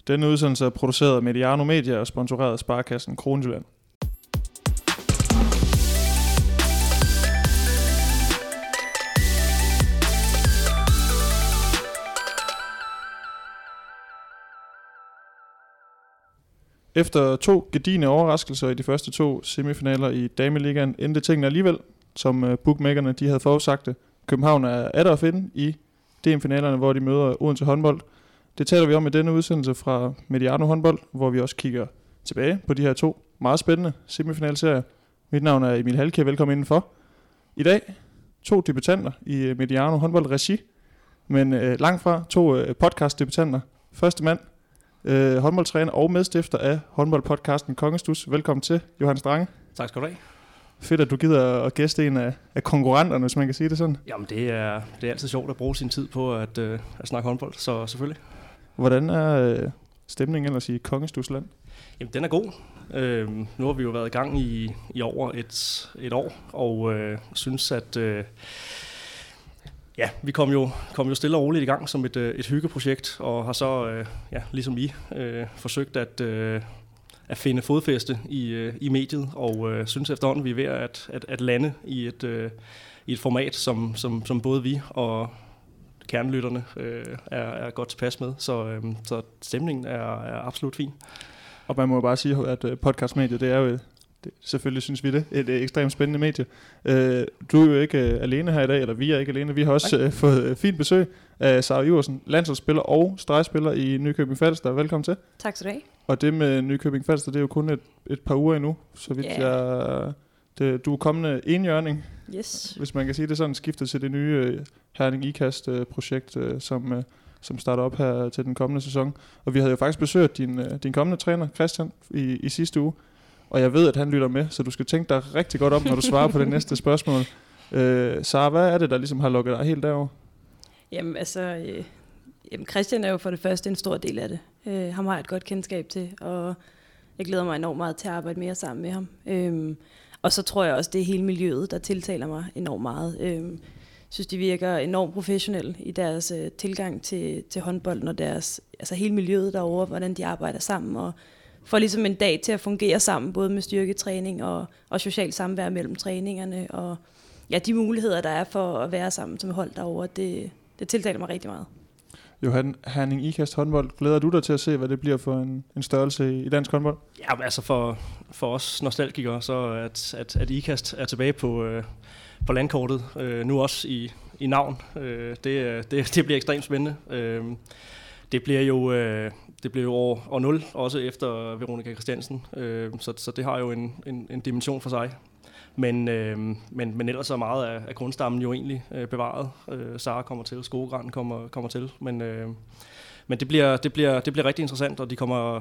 Denne udsendelse er produceret af Mediano Media og sponsoreret af Sparekassen Kronjylland. Efter 2 gedigne overraskelser i de første 2 semifinaler i Dameligaen endte tingene alligevel, som bookmakerne de havde forudsagt det. København er atter at finde i DM-finalerne, hvor de møder Odense håndbold. Det taler vi om i denne udsendelse fra Mediano håndbold, hvor vi også kigger tilbage på de her 2 meget spændende semifinalserier. Mit navn er Emil Halke, velkommen indenfor. I dag 2 debutanter i Mediano håndbold regi, men langt fra 2 podcast-debutanter. Første mand, håndboldtræner og medstifter af håndboldpodcasten Kongestus. Velkommen til, Johan Strange. Tak skal du have. Fedt, at du gider at gæste en af konkurrenterne, hvis man kan sige det sådan. Jamen, det er altid sjovt at bruge sin tid på at snakke håndbold, så selvfølgelig. Hvordan er stemningen ellers i Kongestusland? Jamen, den er god. Nu har vi jo været i gang i over et år, og synes, at vi kom jo stille og roligt i gang som et hyggeprojekt, og har så, ligesom I, forsøgt at finde fodfæste i mediet, og synes efterhånden, vi er ved at lande i et format, som både vi og kernelytterne er godt tilpas med, så stemningen er absolut fin. Og man må bare sige, at podcastmediet, det er jo selvfølgelig synes vi det, et ekstremt spændende medie. Du er jo ikke alene her i dag, eller vi er ikke alene. Vi har også fået fint besøg af Sara Iversen, landsholdsspiller og stregspiller i Nykøbing Falster. Velkommen til. Tak skal du have. Og det med Nykøbing Falster, det er jo kun et par uger endnu, så vidt du er kommende enhjørning, yes. Hvis man kan sige det sådan, skiftet til det nye Herning IKAST-projekt, som starter op her til den kommende sæson. Og vi havde jo faktisk besøgt din kommende træner, Christian, i sidste uge. Og jeg ved, at han lytter med, så du skal tænke dig rigtig godt om, når du svarer på det næste spørgsmål. Sara, hvad er det, der ligesom har lukket dig helt derover? Jamen Christian er jo for det første en stor del af det. Ham har jeg et godt kendskab til, og jeg glæder mig enormt meget til at arbejde mere sammen med ham. Og så tror jeg også, det er hele miljøet, der tiltaler mig enormt meget. Jeg synes, de virker enormt professionelle i deres tilgang til håndbolden, og deres, altså hele miljøet derovre, hvordan de arbejder sammen, og får ligesom en dag til at fungere sammen, både med styrketræning og social samvær mellem træningerne, og ja, de muligheder, der er for at være sammen som hold derovre, det tiltaler mig rigtig meget. Johan, Herning IKAST håndbold, glæder du dig til at se, hvad det bliver for en størrelse i dansk håndbold? Ja, altså for os nostalgikere, så at IKAST er tilbage på landkortet, nu også i navn, det bliver ekstremt spændende. Det bliver jo år 0, også efter Veronica Christiansen, så det har jo en dimension for sig. Men ellers er meget af grundstammen jo egentlig bevaret. Sara kommer til, Skogegran kommer til, men det bliver rigtig interessant, og de kommer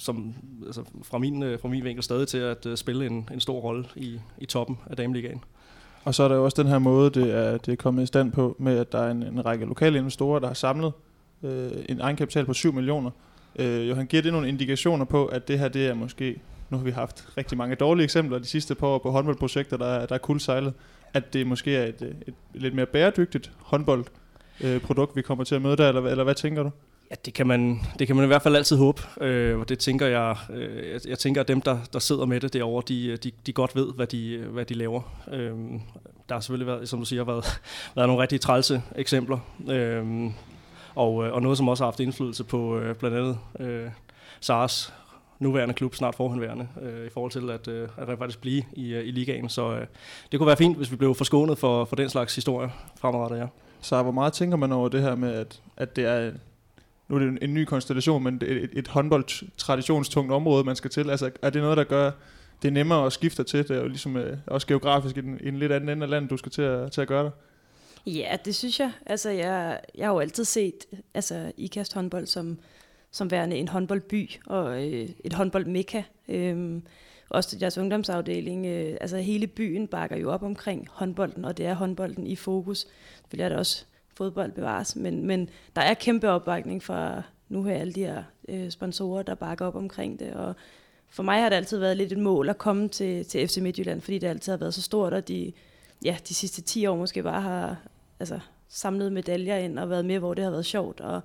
fra min vinkel stadig til at spille en stor rolle i toppen af Dameligaen. Og så er der jo også den her måde, det er kommet i stand på, med at der er en række lokale investorer, der har samlet en egenkapital på 7 millioner. Johan, giver det nogle indikationer på, at det her, det er måske, nu har vi haft rigtig mange dårlige eksempler de sidste par år på håndboldprojekter, der er kuldsejlet, at det måske er et lidt mere bæredygtigt håndboldprodukt, vi kommer til at møde der, eller hvad tænker du? Ja, det kan man i hvert fald altid håbe, og det tænker jeg tænker, at dem, der sidder med det derovre, de godt ved, hvad de laver. Der har selvfølgelig været, som du siger, været nogle rigtig trælse eksempler, og noget, som også har haft indflydelse på blandt andet Saras nuværende klub, snart forhenværende, i forhold til at faktisk blive i ligaen. Så det kunne være fint, hvis vi blev forskånet for den slags historier fremadrettet, ja. Så hvor meget tænker man over det her med, at det er, nu er det en ny konstellation, men et håndboldtraditionstungt område, man skal til? Altså, er det noget, der gør det nemmere at skifte til? Det er jo ligesom også geografisk i en lidt anden ende af landet, du skal til at gøre det. Ja, det synes jeg. Altså, jeg har jo altid set IKAST håndbold som værende en håndboldby og et håndboldmekka. Også deres ungdomsafdeling. Altså hele byen bakker jo op omkring håndbolden, og det er håndbolden i fokus. Selvfølgelig er der også fodbold bevares, men der er kæmpe opbakning fra nu her alle de her sponsorer, der bakker op omkring det. Og for mig har det altid været lidt et mål at komme til FC Midtjylland, fordi det altid har været så stort, og de sidste 10 år måske bare har samlet medaljer ind og været med, hvor det har været sjovt. Og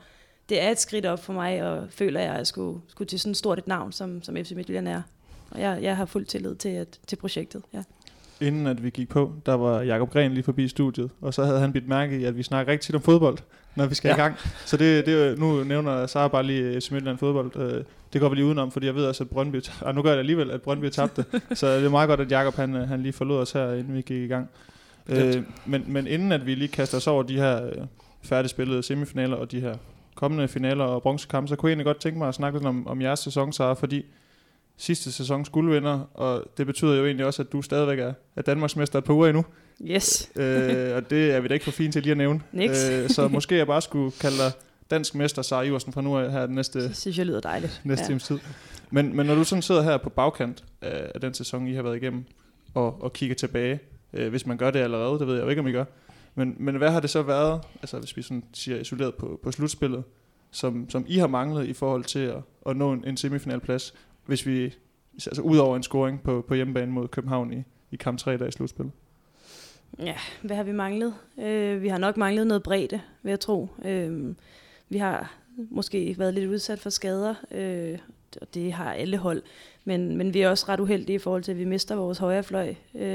det er et skridt op for mig, og føler, at jeg skulle til sådan et stort et navn, som FC Midtjylland er. Og jeg har fuld tillid til projektet, ja. Inden at vi gik på, der var Jakob Gren lige forbi studiet, og så havde han bidt mærke i, at vi snakker rigtig tit om fodbold, når vi skal i gang. Så det nu nævner Sara bare lige FC Midtjylland fodbold. Det går vi lige udenom, fordi jeg ved også, at Brøndby nu gør jeg alligevel, at Brøndby tabte. Så det er meget godt, at Jakob han lige forlod os her, inden vi gik i gang. Men inden at vi lige kaster os over de her færdigspillede semifinaler og de her kommende finaler og bronzekampe, så kunne jeg egentlig godt tænke mig at snakke lidt om jeres sæson, Sara, fordi sidste sæsons guldvinder, og det betyder jo egentlig også, at du stadigvæk er Danmarksmester et par uger endnu. Yes. Og det er vi da ikke for fint til lige at nævne. Så måske jeg bare skulle kalde dig dansk mester Sara Iversen fra nu af her den næste, det synes jeg lyder dejligt. Næste times tid. Men når du sådan sidder her på bagkant af den sæson, I har været igennem, og kigger tilbage, hvis man gør det allerede, det ved jeg jo ikke, om I gør, men hvad har det så været, altså hvis vi sådan siger isoleret på slutspillet, som I har manglet i forhold til at nå en semifinalplads, hvis vi, altså ud over en scoring på hjemmebane mod København i kamp 3 der i slutspillet? Ja, hvad har vi manglet? Vi har nok manglet noget bredde, vil jeg tro. Vi har måske været lidt udsat for skader, og det har alle hold. Men vi er også ret uheldige i forhold til, at vi mister vores højre fløj.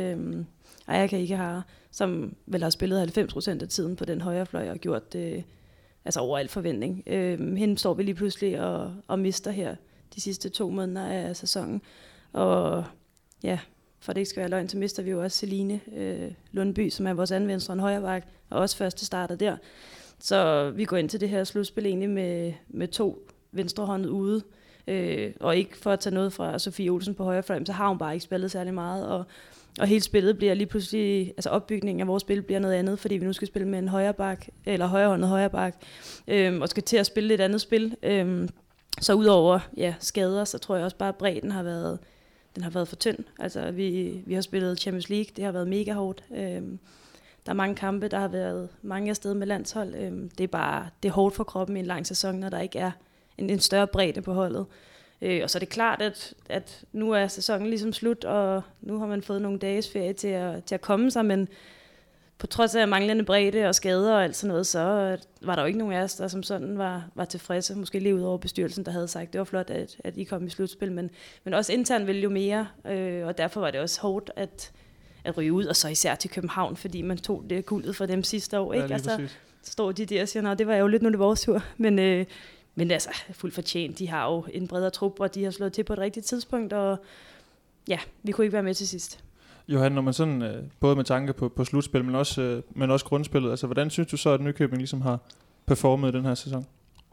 Ayaka Ikehara, som vel har spillet 90% af tiden på den højre fløj og gjort det altså over al forventning. Hende står vi lige pludselig og mister her de sidste 2 måneder af sæsonen. Og ja, for det ikke skal være løgn, så mister vi jo også Celine Lundby, som er vores anden venstre og højre bak, og også første starter der. Så vi går ind til det her slutspil egentlig med 2 venstrehåndet ude, og ikke for at tage noget fra Sofie Olsen på højre fløj, så har hun bare ikke spillet særlig meget, og hele spillet bliver lige pludselig, altså opbygningen af vores spil bliver noget andet, fordi vi nu skal spille med en højre bak, eller højrehåndet højre bak, og skal til at spille et andet spil. Så udover skader, så tror jeg også bare, at bredden har været for tynd. Altså vi har spillet Champions League, det har været mega hårdt. Der er mange kampe, der har været mange afsted med landshold. Det er hårdt for kroppen i en lang sæson, når der ikke er en større bredde på holdet. Og så er det klart, at nu er sæsonen ligesom slut, og nu har man fået nogle dages ferie til at komme sig, men på trods af manglende bredde og skader og alt sådan noget, så var der jo ikke nogen af os, der som sådan var tilfredse. Måske lige ud over bestyrelsen, der havde sagt, det var flot, at I kom i slutspil, men også internt ville jo mere, og derfor var det også hårdt at ryge ud, og så især til København, fordi man tog det guldet for dem sidste år. Ikke? Ja, altså, så står de der og siger, det var jo lidt, nu det vores tur, men altså, fuldt fortjent. De har jo en bredere trup, og de har slået til på et rigtigt tidspunkt, og ja, vi kunne ikke være med til sidst. Johan, når man sådan, både med tanke på slutspil, men også grundspillet, altså hvordan synes du så, at Nykøbing ligesom har performet den her sæson?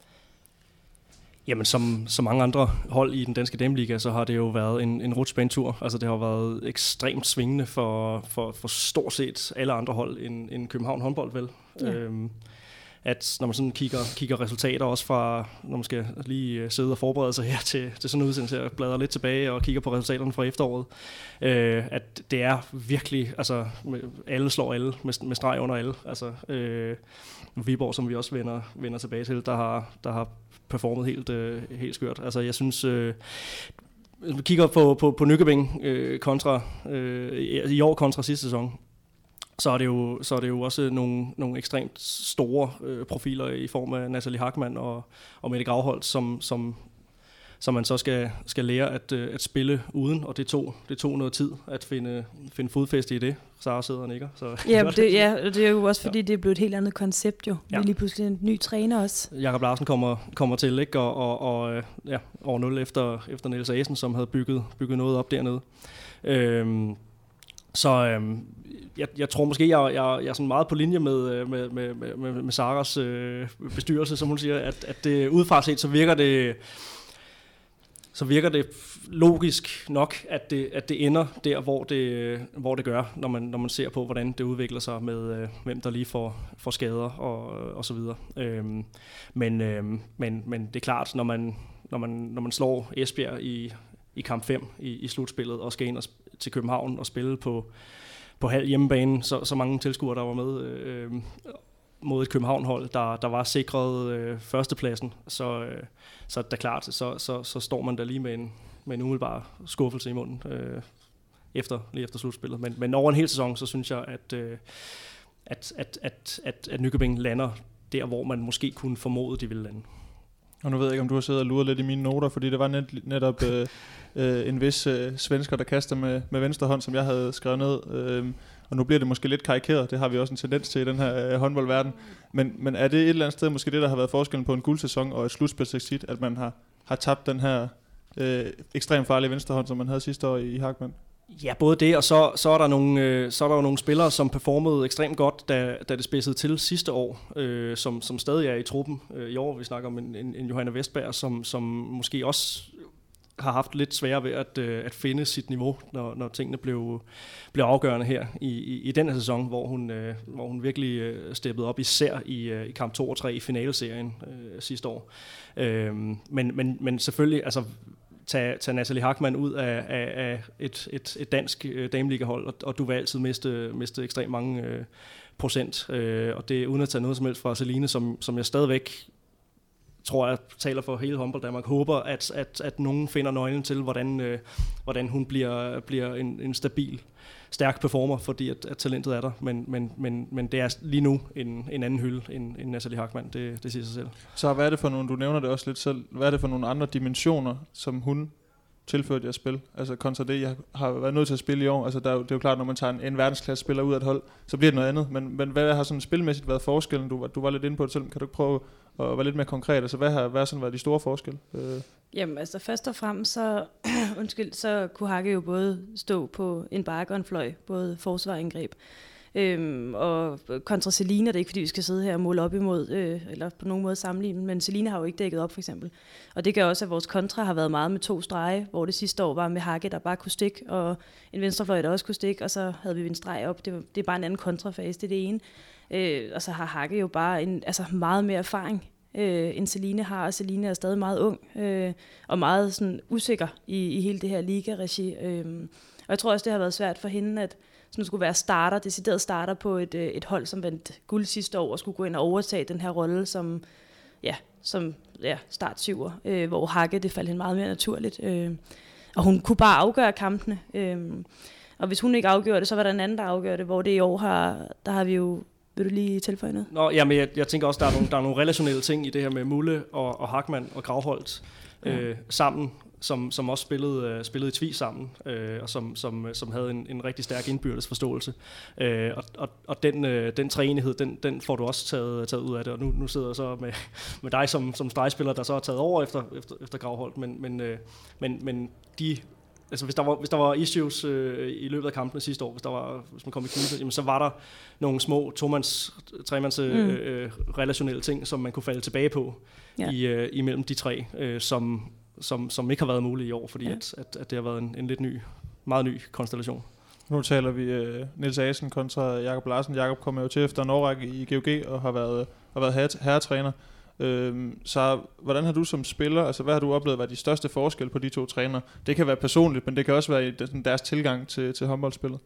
Jamen, som mange andre hold i den danske dameliga, så har det jo været en rutsjebanetur. Altså, det har været ekstremt svingende for stort set alle andre hold end København håndbold, vel? Ja. At når man sådan kigger resultater også fra, når man skal lige sidde og forberede sig her til sådan en udsendelse, og bladrer lidt tilbage og kigger på resultaterne fra efteråret, at det er virkelig, altså alle slår alle med streg under alle. Altså Viborg, som vi også vender tilbage til, der har performet helt skørt. Altså jeg synes, vi kigger på Nykøbing kontra i år kontra sidste sæson, så er det jo også nogle ekstremt store profiler i form af Nathalie Hackmann og Mette Gravholt, som man så skal lære at spille uden, og det tog noget tid at finde fodfæste i det. Sara sidder og nikker. Så det er jo også fordi, det er blevet et helt andet koncept jo. Ja. Vi er lige pludselig en ny træner også. Jakob Larsen kommer til, ikke? Og over 0 efter Niels Asen, som havde bygget noget op dernede. Jeg tror måske, jeg er sådan meget på linje med Saras bestyrelse, som hun siger, at det udefra set, så virker det logisk nok, at det ender der, hvor det gør, når man ser på, hvordan det udvikler sig med, hvem der lige får skader og så videre. Men det er klart, når man slår Esbjerg i kamp 5 i slutspillet og skal ind til København og spille på halv hjemmebane, så mange tilskuere, der var med mod et København-hold, der var sikret førstepladsen, så det er klart, så står man der lige med en umiddelbar skuffelse i munden lige efter slutspillet. Men over en hel sæson, så synes jeg, at Nykøbing lander der, hvor man måske kunne formode, de ville lande. Og nu ved jeg ikke, om du har siddet og luret lidt i mine noter, fordi det var netop en vis svensker, der kaster med venstre hånd, som jeg havde skrevet ned. Og nu bliver det måske lidt karikeret, det har vi også en tendens til i den her håndboldverden. Men er det et eller andet sted måske det, der har været forskellen på en guldsæson og et slutspilsexit, at man har tabt den her ekstremt farlige venstre hånd, som man havde sidste år i Hagman? Ja, både det, og så er der nogle spillere, som performede ekstremt godt, da det spidsede til sidste år, som stadig er i truppen i år. Vi snakker om en Johanna Westberg, som måske også har haft lidt sværere ved at finde sit niveau, når tingene blev afgørende her i den her sæson, hvor hun virkelig steppede op, især i kamp 2 og 3 i finaleserien sidste år. Men selvfølgelig, altså tage Natalie Hagman ud af et dansk dameligahold, og du vil altid miste ekstremt mange procent. Og det er uden at tage noget som helst fra Celine, som jeg stadigvæk tror jeg taler for hele håndbold Danmark, håber, at nogen finder nøglen til, hvordan hun bliver en stabil, stærk performer, fordi at talentet er der. Men det er lige nu en anden hylde end Natalie Hagman, det siger sig selv. Så hvad er det for nogle, du nævner det også lidt selv, hvad er det for nogle andre dimensioner, som hun tilført jeres spil? Altså kontra det, jeg har været nødt til at spille i år. Altså det er jo klart, når man tager en verdensklasse spiller ud af et hold, så bliver det noget andet. Men hvad har sådan spilmæssigt været forskellen? Du var lidt inde på det selv. Kan du ikke prøve at være lidt mere konkret? Altså hvad har sådan været de store forskelle? Jamen altså først og fremmest så kunne Hagge jo både stå på en bakke og en fløj, både forsvar og indgreb. Og kontra Celine, det er ikke fordi vi skal sidde her og måle op imod, eller på nogen måde sammenligne, men Celine har jo ikke dækket op for eksempel. Og det gør også, at vores kontra har været meget med 2 strege, hvor det sidste år var med Hagge, der bare kunne stikke, og en venstrefløj, der også kunne stikke, og så havde vi en streg op. Det er bare en anden kontrafase, det er det ene. Og så har Hagge jo bare meget mere erfaring, end Celine har, og Celine er stadig meget ung, og meget sådan usikker i hele det her liga-regi. Og jeg tror også, det har været svært for hende, at sådan skulle være decideret starter på et hold, som vandt guld sidste år, og skulle gå ind og overtage den her rolle som startsyver, hvor Hagge, det faldt hende meget mere naturligt. Og hun kunne bare afgøre kampene. Og hvis hun ikke afgjorde det, så var der en anden, der afgjorde det, hvor det i år der har vi jo. Vil du lige tilføje noget? Nå, jamen jeg tænker også, der er nogle relationelle ting i det her med Mulle og Hagman og Gravholt sammen, som også spillede i Tvis sammen, og som havde en rigtig stærk indbyrdes forståelse. Og den træenighed, den får du også taget ud af det, og nu sidder jeg så med dig som stregspiller, der så har taget over efter Gravholt, men de... Altså hvis der var issues i løbet af kampene sidste år, hvis man kom i knibe, jamen så var der nogle små tremands relationelle ting, som man kunne falde tilbage på imellem de tre, som ikke har været muligt i år, fordi at det har været en lidt meget ny konstellation. Nu taler vi Niels Asen kontra Jakob Larsen. Jakob kommer jo til efter en årrække i GOG og har været herretræner. Så hvordan har du som spiller, altså hvad har du oplevet var de største forskelle på de 2 trænere? Det kan være personligt, men det kan også være i deres tilgang til håndboldspillet.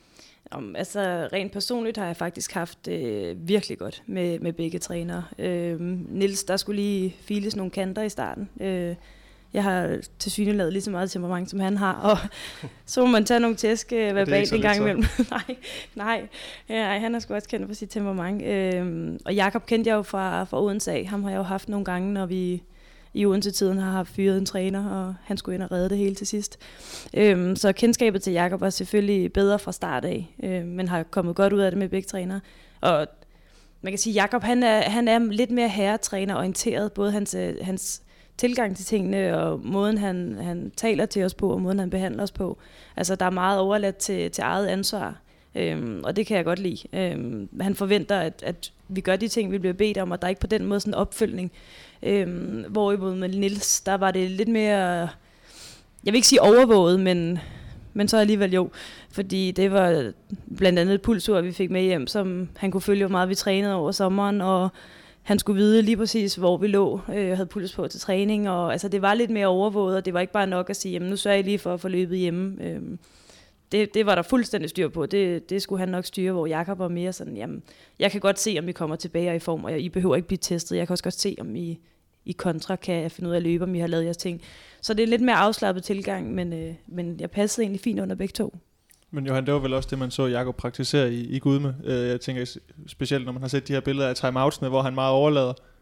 Altså rent personligt har jeg faktisk haft virkelig godt med begge trænere. Niels, der skulle lige files nogle kanter i starten. Jeg har tilsyneladende lavet lige så meget temperament, som han har, og så må man tage nogle tæsk verbalt en gang imellem. Nej, han er sgu også kendt for sit temperament. Og Jakob kendte jeg jo fra Odense af. Ham har jeg jo haft nogle gange, når vi i Odense-tiden har haft fyret en træner, og han skulle ind og redde det hele til sidst. Så kendskabet til Jakob var selvfølgelig bedre fra start af, men har kommet godt ud af det med begge trænere. Og man kan sige, at Jakob han er lidt mere herretræner-orienteret, både hans tilgang til tingene, og måden han taler til os på, og måden han behandler os på. Altså der er meget overladt til eget ansvar, og det kan jeg godt lide. Han forventer, at vi gør de ting, vi bliver bedt om, og der er ikke på den måde sådan en opfølgning. Hvorimod med Niels, der var det lidt mere, jeg vil ikke sige overvåget, men så alligevel jo. Fordi det var blandt andet et pulsur, vi fik med hjem, som han kunne følge, hvor meget vi trænede over sommeren, og han skulle vide lige præcis, hvor vi lå, havde puls på til træning, og altså, det var lidt mere overvåget, og det var ikke bare nok at sige, jamen nu sørger jeg lige for at få løbet hjemme. Det var der fuldstændig styr på. Det skulle han nok styre, hvor Jakob var mere sådan, jamen, jeg kan godt se, om I kommer tilbage i form, og I behøver ikke blive testet. Jeg kan også godt se, om I kontra kan finde ud af at løbe, om I har lavet jeres ting. Så det er lidt mere afslappet tilgang, men jeg passede egentlig fint under begge 2. Men Johan, det var vel også det, man så Jakob praktisere i Gudme. Jeg tænker specielt, når man har set de her billeder af timeoutsene, hvor han meget overlader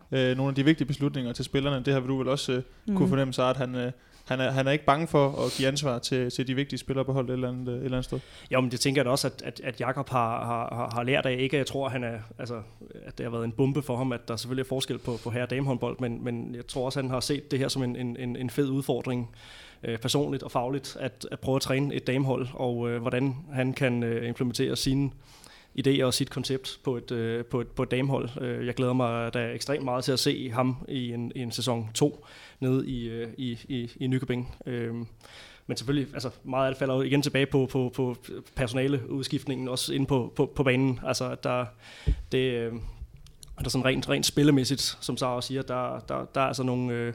nogle af de vigtige beslutninger til spillerne. Det har du vel også kunne fornemme sig, at han er ikke bange for at give ansvar til de vigtige spillere på holdet et eller andet sted. Jo, men det tænker jeg da også, at Jakob har lært af. Ikke, jeg tror, at det har været en bombe for ham, at der selvfølgelig er forskel på herre- og damehåndbold, men jeg tror også, at han har set det her som en fed udfordring, personligt og fagligt, at prøve at træne et damehold, og hvordan han kan implementere sine idéer og sit koncept på et damehold. Jeg glæder mig da ekstremt meget til at se ham i en sæson 2 nede i Nykøbing. Men selvfølgelig, altså meget af det falder igen tilbage på personaleudskiftningen, også inde på banen. Altså, at der sådan rent spillemæssigt, som Sara også siger, der er altså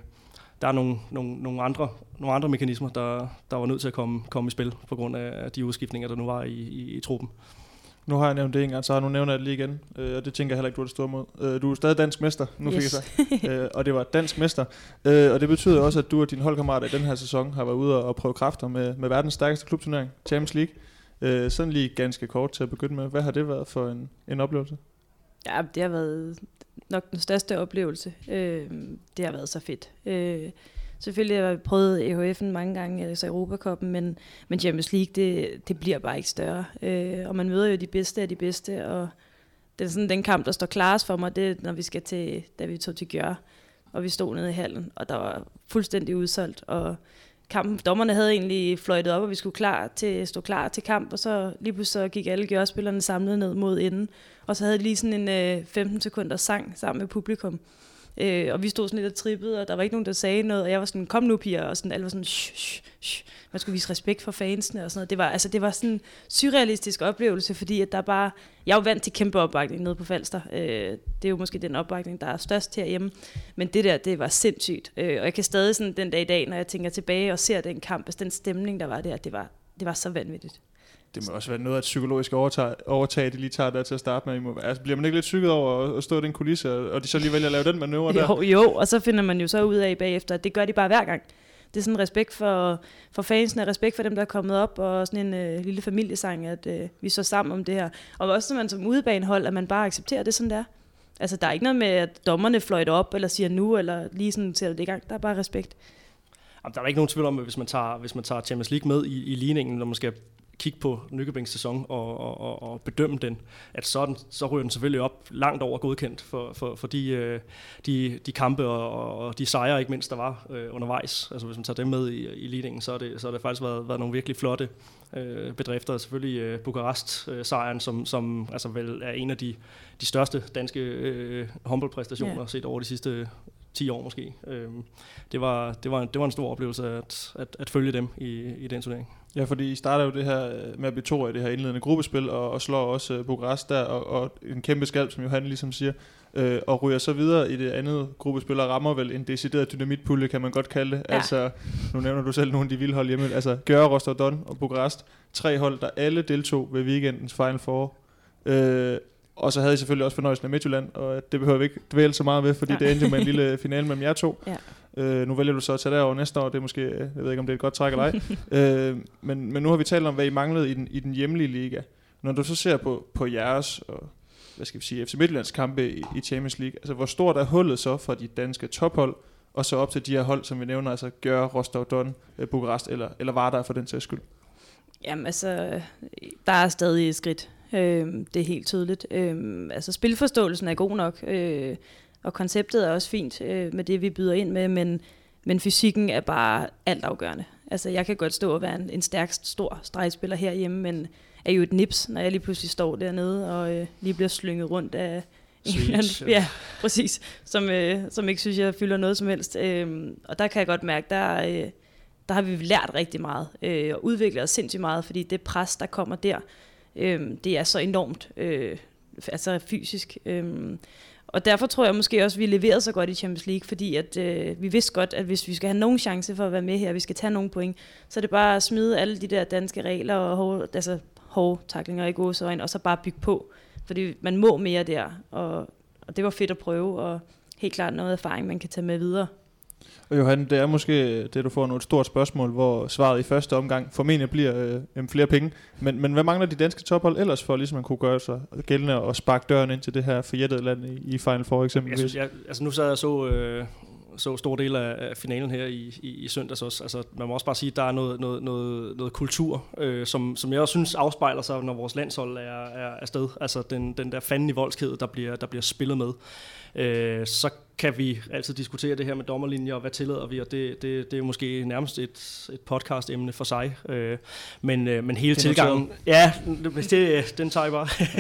nogle andre mekanismer, der var nødt til at komme i spil på grund af de udskiftninger, der nu var i truppen. Nu har jeg nævnt det en gang, så nu nævner jeg det lige igen, og det tænker jeg heller ikke, du er det store mod. Du er stadig dansk mester, nu fik jeg sagt, og det var dansk mester. Og det betyder også, at du og dine holdkammerater i den her sæson har været ude og prøve kræfter med verdens stærkeste klubturnering, Champions League. Sådan lige ganske kort til at begynde med. Hvad har det været for en oplevelse? Ja, det har været nok den største oplevelse. Det har været så fedt. Selvfølgelig har jeg prøvet EHF'en mange gange, altså Europacupen, men Champions League, det bliver bare ikke større. Og man møder jo de bedste af de bedste, og det er sådan den kamp, der står klarest for mig, det er, når vi skal da vi tog til Gjør, og vi stod nede i hallen, og der var fuldstændig udsolgt, og dommerne havde egentlig fløjtet op, og vi skulle stå klar til kamp, og så lige pludselig så gik alle Gjør-spillerne samlet ned mod enden, og så havde de lige sådan en 15 sekunder sang sammen med publikum. Og vi stod sådan lidt og trippede, og der var ikke nogen, der sagde noget, og jeg var sådan, kom nu piger, og sådan, alle var sådan, shh. Man skulle vise respekt for fansene og sådan noget. Det var sådan en surrealistisk oplevelse, fordi at jeg er jo vant til kæmpe opbakning nede på Falster. Det er jo måske den opbakning, der er størst herhjemme, men det var sindssygt. Og jeg kan stadig sådan den dag i dag, når jeg tænker tilbage og ser den kamp, altså den stemning, der var der, det var så vanvittigt. Det må også være noget af et psykologisk overtag, de lige tager der til at starte med. Altså, bliver man ikke lidt psyket over at stå i den kulisse, og de så lige vælger at lave den manøvre der? Jo, og så finder man jo så ud af bagefter, at det gør de bare hver gang. Det er sådan respekt for fansene, respekt for dem, der er kommet op, og sådan en lille familiesang, at vi står sammen om det her. Og også når man som udebanehold, at man bare accepterer det, sådan der. Altså, der er ikke noget med, at dommerne fløjter op, eller siger nu, eller lige sådan sætter det i gang. Der er bare respekt. Jamen, der er ikke nogen tvivl om, at hvis man tager Champions League med i ligningen, når man skal kigge på Nykøbings sæson og bedømme den, at så ryger den selvfølgelig op langt over godkendt for de kampe og de sejre, ikke mindst der var undervejs. Altså hvis man tager dem med i ligningen, så har det faktisk været nogle virkelig flotte bedrifter. Selvfølgelig Bukarest-sejren, som altså vel er en af de største danske håndboldpræstationer set over de sidste 10 år måske. Det var en stor oplevelse at følge dem i den turnering. Ja, fordi I starter jo det her med at blive to i det her indledende gruppespil, og slår også Bukarest der, og en kæmpe skalp, som Johan ligesom siger, og ryger så videre i det andet gruppespil, og rammer vel en decideret dynamitpulje, kan man godt kalde det. Ja. Altså, nu nævner du selv nogle af de vilde hold hjemme, altså Gjør, Rostov Don og Bukarest, 3 hold, der alle deltog ved weekendens Final Four. Og så havde I selvfølgelig også fornøjelsen af Midtjylland, og det behøver vi ikke dvæle så meget ved, fordi det endte med en lille finale mellem jer to. Ja. Nu vælger du så at tage derover næste år, det er måske, jeg ved ikke om det er et godt træk eller ej. Men nu har vi talt om, hvad I manglede i den hjemlige liga. Når du så ser på jeres, og hvad skal vi sige, FC Midtjyllands kampe i Champions League, altså hvor stort er hullet så fra de danske tophold, og så op til de her hold, som vi nævner, altså Gjør, Rostov Don, Bukarest eller Vardar for den sags skyld? Jamen altså, der er stadig et skridt. Det er helt tydeligt. Altså spilforståelsen er god nok, og konceptet er også fint med det, vi byder ind med, men fysikken er bare altafgørende. Altså jeg kan godt stå og være en stærk, stor stregspiller herhjemme, men er jo et nips, når jeg lige pludselig står dernede og lige bliver slynget rundt af en eller anden, ja, præcis, som ikke synes, jeg fylder noget som helst. Og der kan jeg godt mærke, der har vi lært rigtig meget, og udviklet os sindssygt meget, fordi det pres, der kommer der, det er så enormt altså fysisk. Og derfor tror jeg måske også, at vi leverede så godt i Champions League, fordi at, vi vidste godt, at hvis vi skal have nogen chance for at være med her, vi skal tage nogle point, så er det bare at smide alle de der danske regler og hårde tacklinger i gåseøjne, og så bare bygge på. Fordi man må mere der, og det var fedt at prøve, og helt klart noget erfaring, man kan tage med videre. Og Johan, det er måske det, du får et stort spørgsmål, hvor svaret i første omgang formentlig bliver flere penge. Men hvad mangler de danske tophold ellers for, ligesom man kunne gøre sig gældende og sparke døren ind til det her forjættede land i Final Four eksempelvis? Nu sad jeg så stor del af finalen her i søndags også. Altså, man må også bare sige, at der er noget kultur, som jeg også synes afspejler sig, når vores landshold er afsted. Altså den der fanden i voldsked, der bliver spillet med. Så kan vi altid diskutere det her med dommerlinjer, og hvad tillader vi, og det er måske nærmest et podcast-emne for sig. Men hele tilgangen... Ja, den tager jeg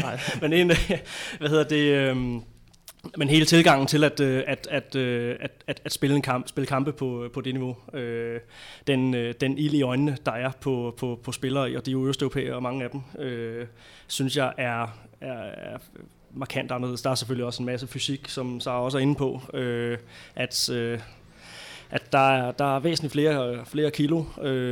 bare. Men hele tilgangen til at spille kampe på det niveau, den ild i øjnene, der er på spillere, og de er jo østeuropæere, og mange af dem, synes jeg er markant anderledes. Der er selvfølgelig også en masse fysik, som Sara også er inde på, at der er væsentligt flere kilo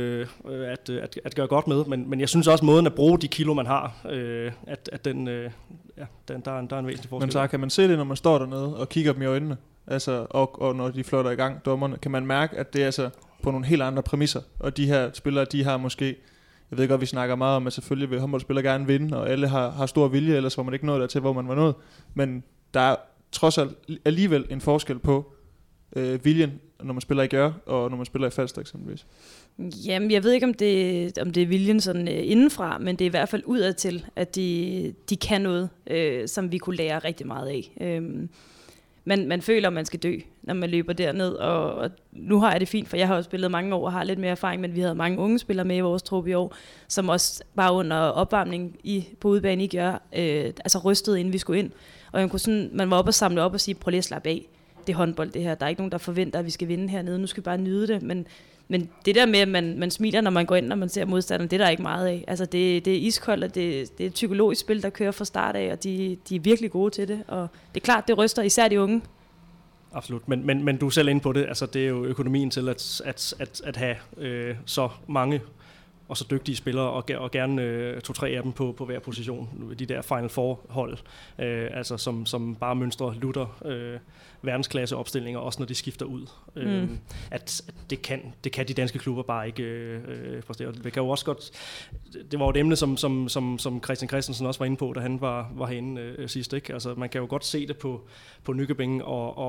at gøre godt med, men jeg synes også, måden at bruge de kilo, man har, at der er en væsentlig forskel. Men så kan man se det, når man står dernede og kigger dem i øjnene, altså, og når de flotter i gang, dommerne, kan man mærke, at det er altså på nogle helt andre præmisser, og de her spillere, de har måske, jeg ved godt, vi snakker meget om, at selvfølgelig vil håndboldspillere gerne vinde, og alle har stor vilje, ellers var man ikke nået dertil, hvor man var nået, men der er trods alt alligevel en forskel på viljen, når man spiller i Gør, og når man spiller i Falster eksempelvis. Jamen, jeg ved ikke, om det er viljen sådan indenfra, men det er i hvert fald udadtil, at de kan noget, som vi kunne lære rigtig meget af. Man føler, at man skal dø, når man løber derned, og nu har jeg det fint, for jeg har jo spillet mange år og har lidt mere erfaring, men vi havde mange unge spillere med i vores trup i år, som også bare under opvarmning på udebane i Gør, altså rystede, inden vi skulle ind. Og man var oppe og samle op og sige, prøv lige at slappe af. Det er håndbold, det her. Der er ikke nogen, der forventer, at vi skal vinde hernede. Nu skal vi bare nyde det. Men det der med, at man smiler, når man går ind, når man ser modstanderen, det er der ikke meget af. Altså, det er iskoldt, og det er et psykologisk spil, der kører fra start af, og de er virkelig gode til det. Og det er klart, det ryster især de unge. Absolut, men du er selv inde på det. Altså, det er jo økonomien til at have så mange og så dygtige spillere, og gerne 2-3 af dem på hver position. De der Final Four-hold, altså som bare mønstrer lutter verdensklasse opstillinger, også når de skifter ud. At det kan de danske klubber bare ikke præstere. Det kan jo også godt. Det var jo et emne, som Christian Christensen også var inde på, da han var herinde sidst. Ikke? Altså, man kan jo godt se det på Nykøbing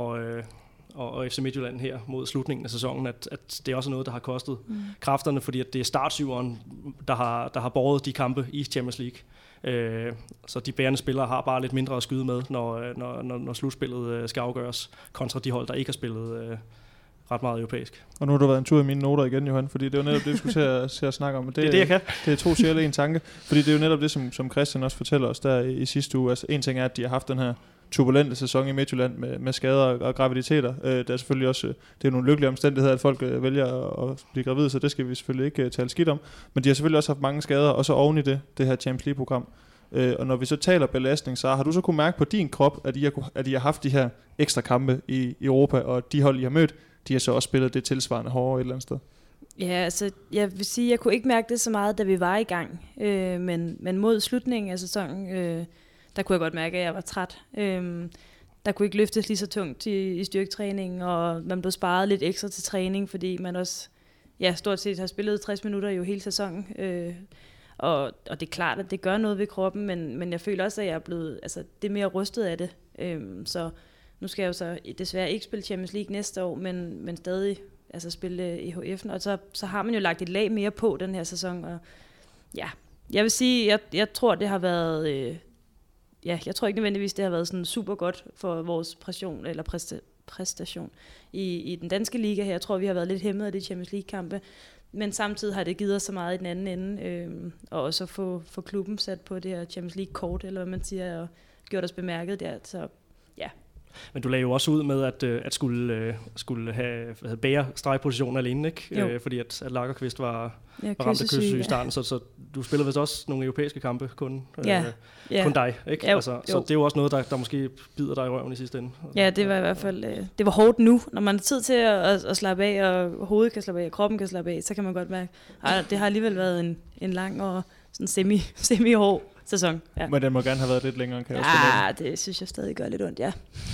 og FC Midtjylland her mod slutningen af sæsonen, at det er også noget, der har kostet kræfterne, fordi at det er startsyveren, der har båret de kampe i Champions League. Så de bærende spillere har bare lidt mindre at skyde med, når slutspillet skal afgøres, kontra de hold, der ikke har spillet ret meget europæisk. Og nu har du været en tur i mine noter igen, Johan, fordi det er jo netop det, vi skulle til at snakke om. Det er det, jeg kan. Det er 2 sjæle, en tanke. Fordi det er jo netop det, som Christian også fortæller os der i sidste uge. Altså, en ting er, at de har haft den her turbulente sæson i Midtjylland med skader og graviditeter. Der er selvfølgelig også, det er nogle lykkelige omstændigheder, at folk vælger at blive gravide, så det skal vi selvfølgelig ikke tale skidt om. Men de har selvfølgelig også haft mange skader, og så oven i det her Champions League-program. Og når vi så taler belastning, så har du så kunne mærke på din krop, at I har haft de her ekstra kampe i Europa, og de hold, I har mødt, de har så også spillet det tilsvarende hårdere et eller andet sted? Ja, altså jeg vil sige, jeg kunne ikke mærke det så meget, da vi var i gang. Men mod slutningen af sæsonen, der kunne jeg godt mærke, at jeg var træt. Der kunne ikke løftes lige så tungt i styrketræningen, og man blev sparet lidt ekstra til træning, fordi man også stort set har spillet 60 minutter jo hele sæsonen. Og det er klart, at det gør noget ved kroppen, men jeg føler også, at jeg er blevet det er mere rystet af det. Så nu skal jeg jo så desværre ikke spille Champions League næste år, men stadig spille EHF'en. Og så har man jo lagt et lag mere på den her sæson. Og jeg vil sige, jeg tror, det har været... jeg tror ikke nødvendigvis, det har været sådan super godt for vores præstation i den danske liga her. Jeg tror, vi har været lidt hæmmet af de Champions League-kampe, men samtidig har det givet os så meget i den anden ende, og også få klubben sat på det her Champions League-kort, eller hvad man siger, og gjort os bemærket der. Så ja. Men du lagde jo også ud med at skulle have bære stregposition alene, ikke? Fordi at Lagerqvist var ramt af kyssesyge i starten, så du spillede vist også nogle europæiske kampe kun dig, ikke? Jo, så det er jo også noget, der måske bider dig i røven i sidste ende. Ja, det var i hvert fald det var hårdt nu, når man har tid til at slappe af, og hovedet kan slappe af, og kroppen kan slappe af, så kan man godt mærke, at det har alligevel været en lang og sådan semi-hård sæson. Ja. Men den må gerne have været lidt længere, kan jeg også fornemme. Det synes jeg stadig gør lidt ondt, ja.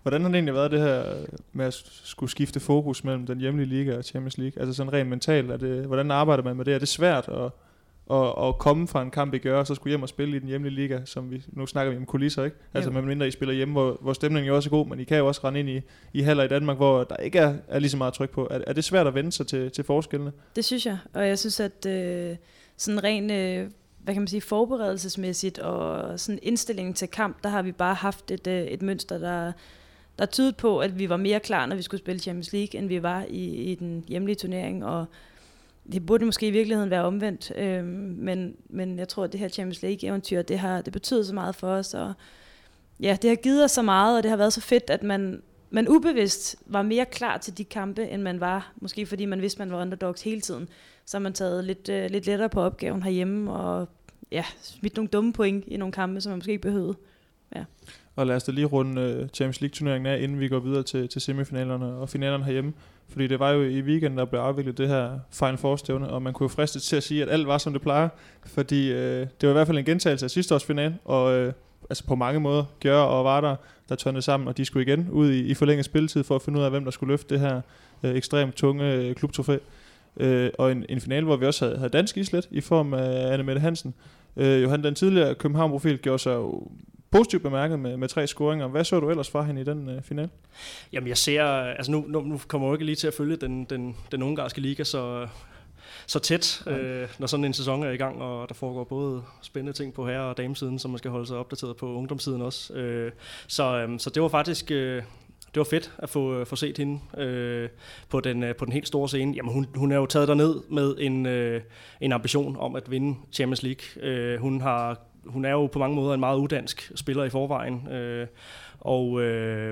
Hvordan har det egentlig været det her med at skulle skifte fokus mellem den hjemlige liga og Champions League? Altså sådan rent mentalt, hvordan arbejder man med det? Er det svært at komme fra en kamp i Gør, og så skulle hjem og spille i den hjemlige liga, som nu snakker vi om kulisser, ikke? Altså med mindre I spiller hjemme, hvor stemningen jo også er god, men I kan jo også rende ind i haller i Danmark, hvor der ikke er lige så meget tryk på. Er det svært at vende sig til forskellene? Det synes jeg, og jeg synes, at sådan ren, hvad kan man sige, forberedelsesmæssigt og sådan indstillingen til kamp, der har vi bare haft et mønster, der tydede på, at vi var mere klar, når vi skulle spille Champions League, end vi var i den hjemlige turnering, og det burde måske i virkeligheden være omvendt, men jeg tror, at det her Champions League-eventyr, det betyder så meget for os, og ja, det har givet os så meget, og det har været så fedt, at man ubevidst var mere klar til de kampe, end man var, måske fordi man vidste, man var underdogs hele tiden, så har man taget lidt lettere på opgaven herhjemme, og ja, smidt nogle dumme point i nogle kampe, som man måske ikke behøvede. Ja. Og lad os da lige runde Champions League-turneringen af, inden vi går videre til semifinalerne og finalerne herhjemme. Fordi det var jo i weekenden, der blev afviklet det her Final Four-stævne, og man kunne jo fristes til at sige, at alt var, som det plejer. Fordi det var i hvert fald en gentagelse af sidste års finale, og altså på mange måder, Gjør og Vardar, der tørnede sammen, og de skulle igen ud i forlænget spilletid for at finde ud af, hvem der skulle løfte det her ekstremt tunge klubtrofæ. Og en finale, hvor vi også havde dansk islet i form af Anne Mette Hansen. Johan, den tidligere København-profil, gjorde sig jo positivt bemærket med 3 scoringer. Hvad så du ellers fra hende i den finale? Jamen jeg ser, altså nu kommer jeg ikke lige til at følge den ungarske liga så tæt, når sådan en sæson er i gang, og der foregår både spændende ting på herre- og damesiden, som man skal holde sig opdateret på ungdomssiden også. Så det var faktisk det var fedt at få set hende på den helt store scene. Jamen hun er jo taget derned med en ambition om at vinde Champions League. Hun er jo på mange måder en meget udansk spiller i forvejen, og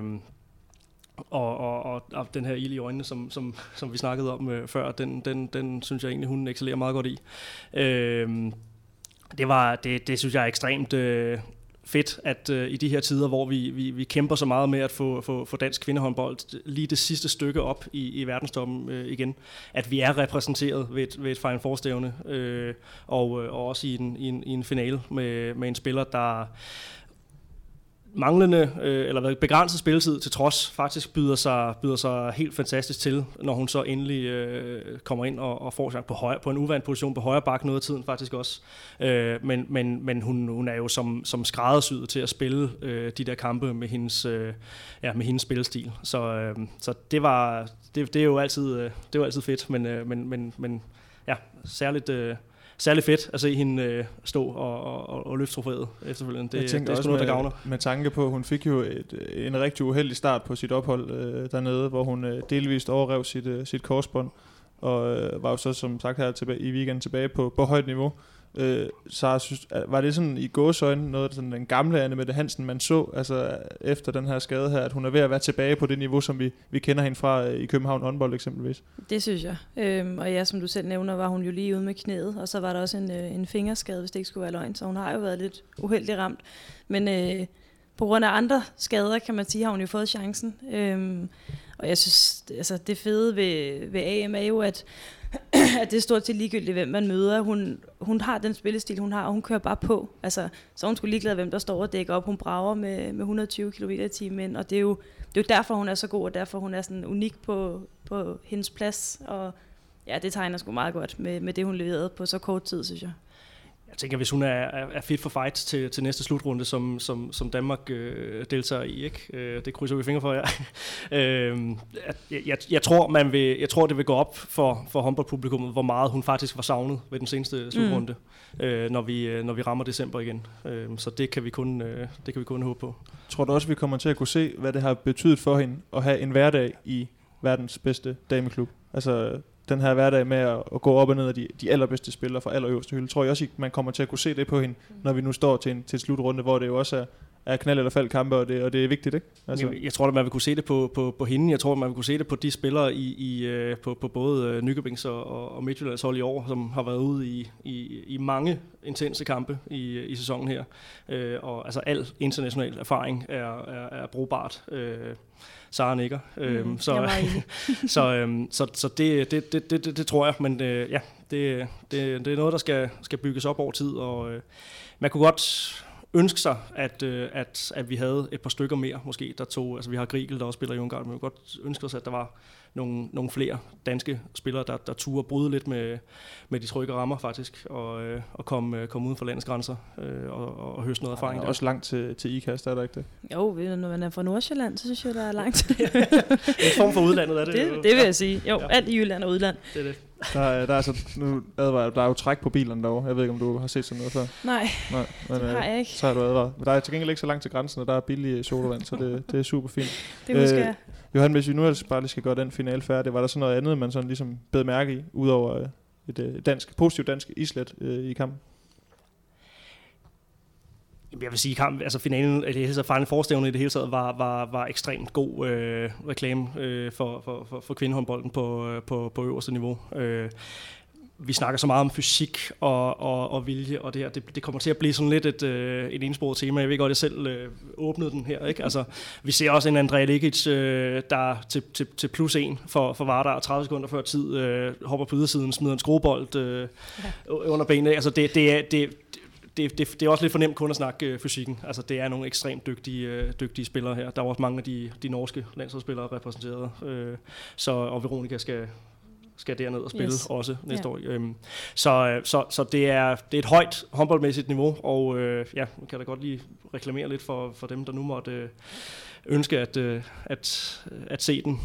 den her ild i øjnene, som vi snakkede om før, den synes jeg egentlig, hun excellerer meget godt i. Det synes jeg er ekstremt fedt, at i de her tider, hvor vi kæmper så meget med at få dansk kvindehåndbold lige det sidste stykke op i verdenstoppen igen, at vi er repræsenteret ved et Final Four-stævne, og også i en finale med en spiller, der manglende eller begrænset spilletid til trods faktisk byder sig helt fantastisk til, når hun så endelig kommer ind og får chance på en uvant position på højre bak noget af tiden faktisk også. Men hun er jo som skræddersyet til at spille de der kampe med hendes spillestil. Så det er jo altid fedt, men ja, særligt fedt at se hende stå og løfte trofæet efterfølgende. Det er også noget, der gavner. Med tanke på, hun fik jo en rigtig uheldig start på sit ophold dernede, hvor hun delvist overrev sit korsbånd, og var jo så som sagt her i weekenden tilbage på højt niveau. Så synes, var det sådan i gåseøjne noget af sådan den gamle Anne Mette Hansen, man så altså efter den her skade her, at hun er ved at være tilbage på det niveau, som vi kender hende fra i København håndbold eksempelvis? Det synes jeg. Og ja, som du selv nævner, var hun jo lige ude med knæet, og så var der også en fingerskade, hvis det ikke skulle være løgn, så hun har jo været lidt uheldig ramt. Men på grund af andre skader, kan man sige, har hun jo fået chancen. Og jeg synes, altså det fede ved AM er jo, at det er stort set ligegyldigt, hvem man møder. Hun har den spillestil, hun har, og hun kører bare på. Altså, så hun skulle ligeglad, hvem der står og dækker op. Hun brager med 120 km/t, og det er jo derfor, hun er så god, og derfor hun er sådan unik på hendes plads. Og ja, det tegner sgu meget godt med det, hun leverede på så kort tid, synes jeg. Jeg tænker, hvis hun er fit for fight til næste slutrunde, som Danmark deltager i, ikke? Det krydser vi fingre for, ja. Jeg tror, det vil gå op for håndboldpublikummet, hvor meget hun faktisk var savnet ved den seneste slutrunde, når vi rammer december igen. Så det kan vi kun håbe på. Tror du også, vi kommer til at kunne se, hvad det har betydet for hende at have en hverdag i verdens bedste dameklub? Altså den her hverdag med at gå op og ned af de allerbedste spillere fra allerøverste hylde. Tror jeg også, man kommer til at kunne se det på hende, når vi nu står til en slutrunde, hvor det jo også er knald- eller fald-kampe, og det er vigtigt, ikke? Altså. Jeg tror, at man vil kunne se det på hende. Jeg tror, at man vil kunne se det på de spillere på både Nykøbings og Midtjyllands hold i år, som har været ude i mange intense kampe i sæsonen her. Og altså al international erfaring er brugbart. Sara nikker. Så det tror jeg, men det er noget, der skal bygges op over tid, og man kunne godt ønske sig, at vi havde et par stykker mere, måske, der tog, altså vi har Grigel, der også spiller i Ungarn, men vi kunne godt ønske os, at der var nogle flere danske spillere, der turde bryde lidt med de trygge rammer, faktisk, og komme uden for landets grænser, og høste noget erfaring. Der er også langt til IKAST, er der ikke det? Jo, når man er fra Nordsjælland, så synes jeg, der er langt. En form for udlandet er det. Det vil jeg sige. Jo, alt i Jylland og udland. Det er det. Der er altså, nu advarer, der er jo træk på bilerne derovre. Jeg ved ikke, om du har set sådan noget før. Nej, men, det har jeg ikke. Så har du advaret. Men der er til gengæld ikke så langt til grænsen, og der er billig sodavand, så det er super fint. Det husker jeg. Johan, hvis vi nu ellers bare lige skal gøre den finale færdig, var der så noget andet, man sådan ligesom bed mærke i, udover et positivt dansk islet i kampen? Jeg vil sige, kampen, altså finalen, altså Final Four-stævnet i det hele taget var ekstremt god reklame for kvindehåndbolden på øverste niveau. Vi snakker så meget om fysik og vilje, og det kommer til at blive sådan lidt et ensporet tema. Jeg ved godt, at jeg selv åbnede den her. Ikke? Altså, vi ser også en Andrea Lekic, der til +1 for Vardar, 30 sekunder før tid, hopper på ydersiden, smider en skruebold under benene. Altså, det er også lidt for nemt kun at snakke fysikken. Altså, det er nogle ekstremt dygtige spillere her. Der er også mange af de norske landsholdsspillere repræsenteret. Og Veronica skal derned og spille også næste år. Så det er et højt håndboldmæssigt niveau, og man kan da godt lige reklamere lidt for dem, der nu måtte ønske at se den.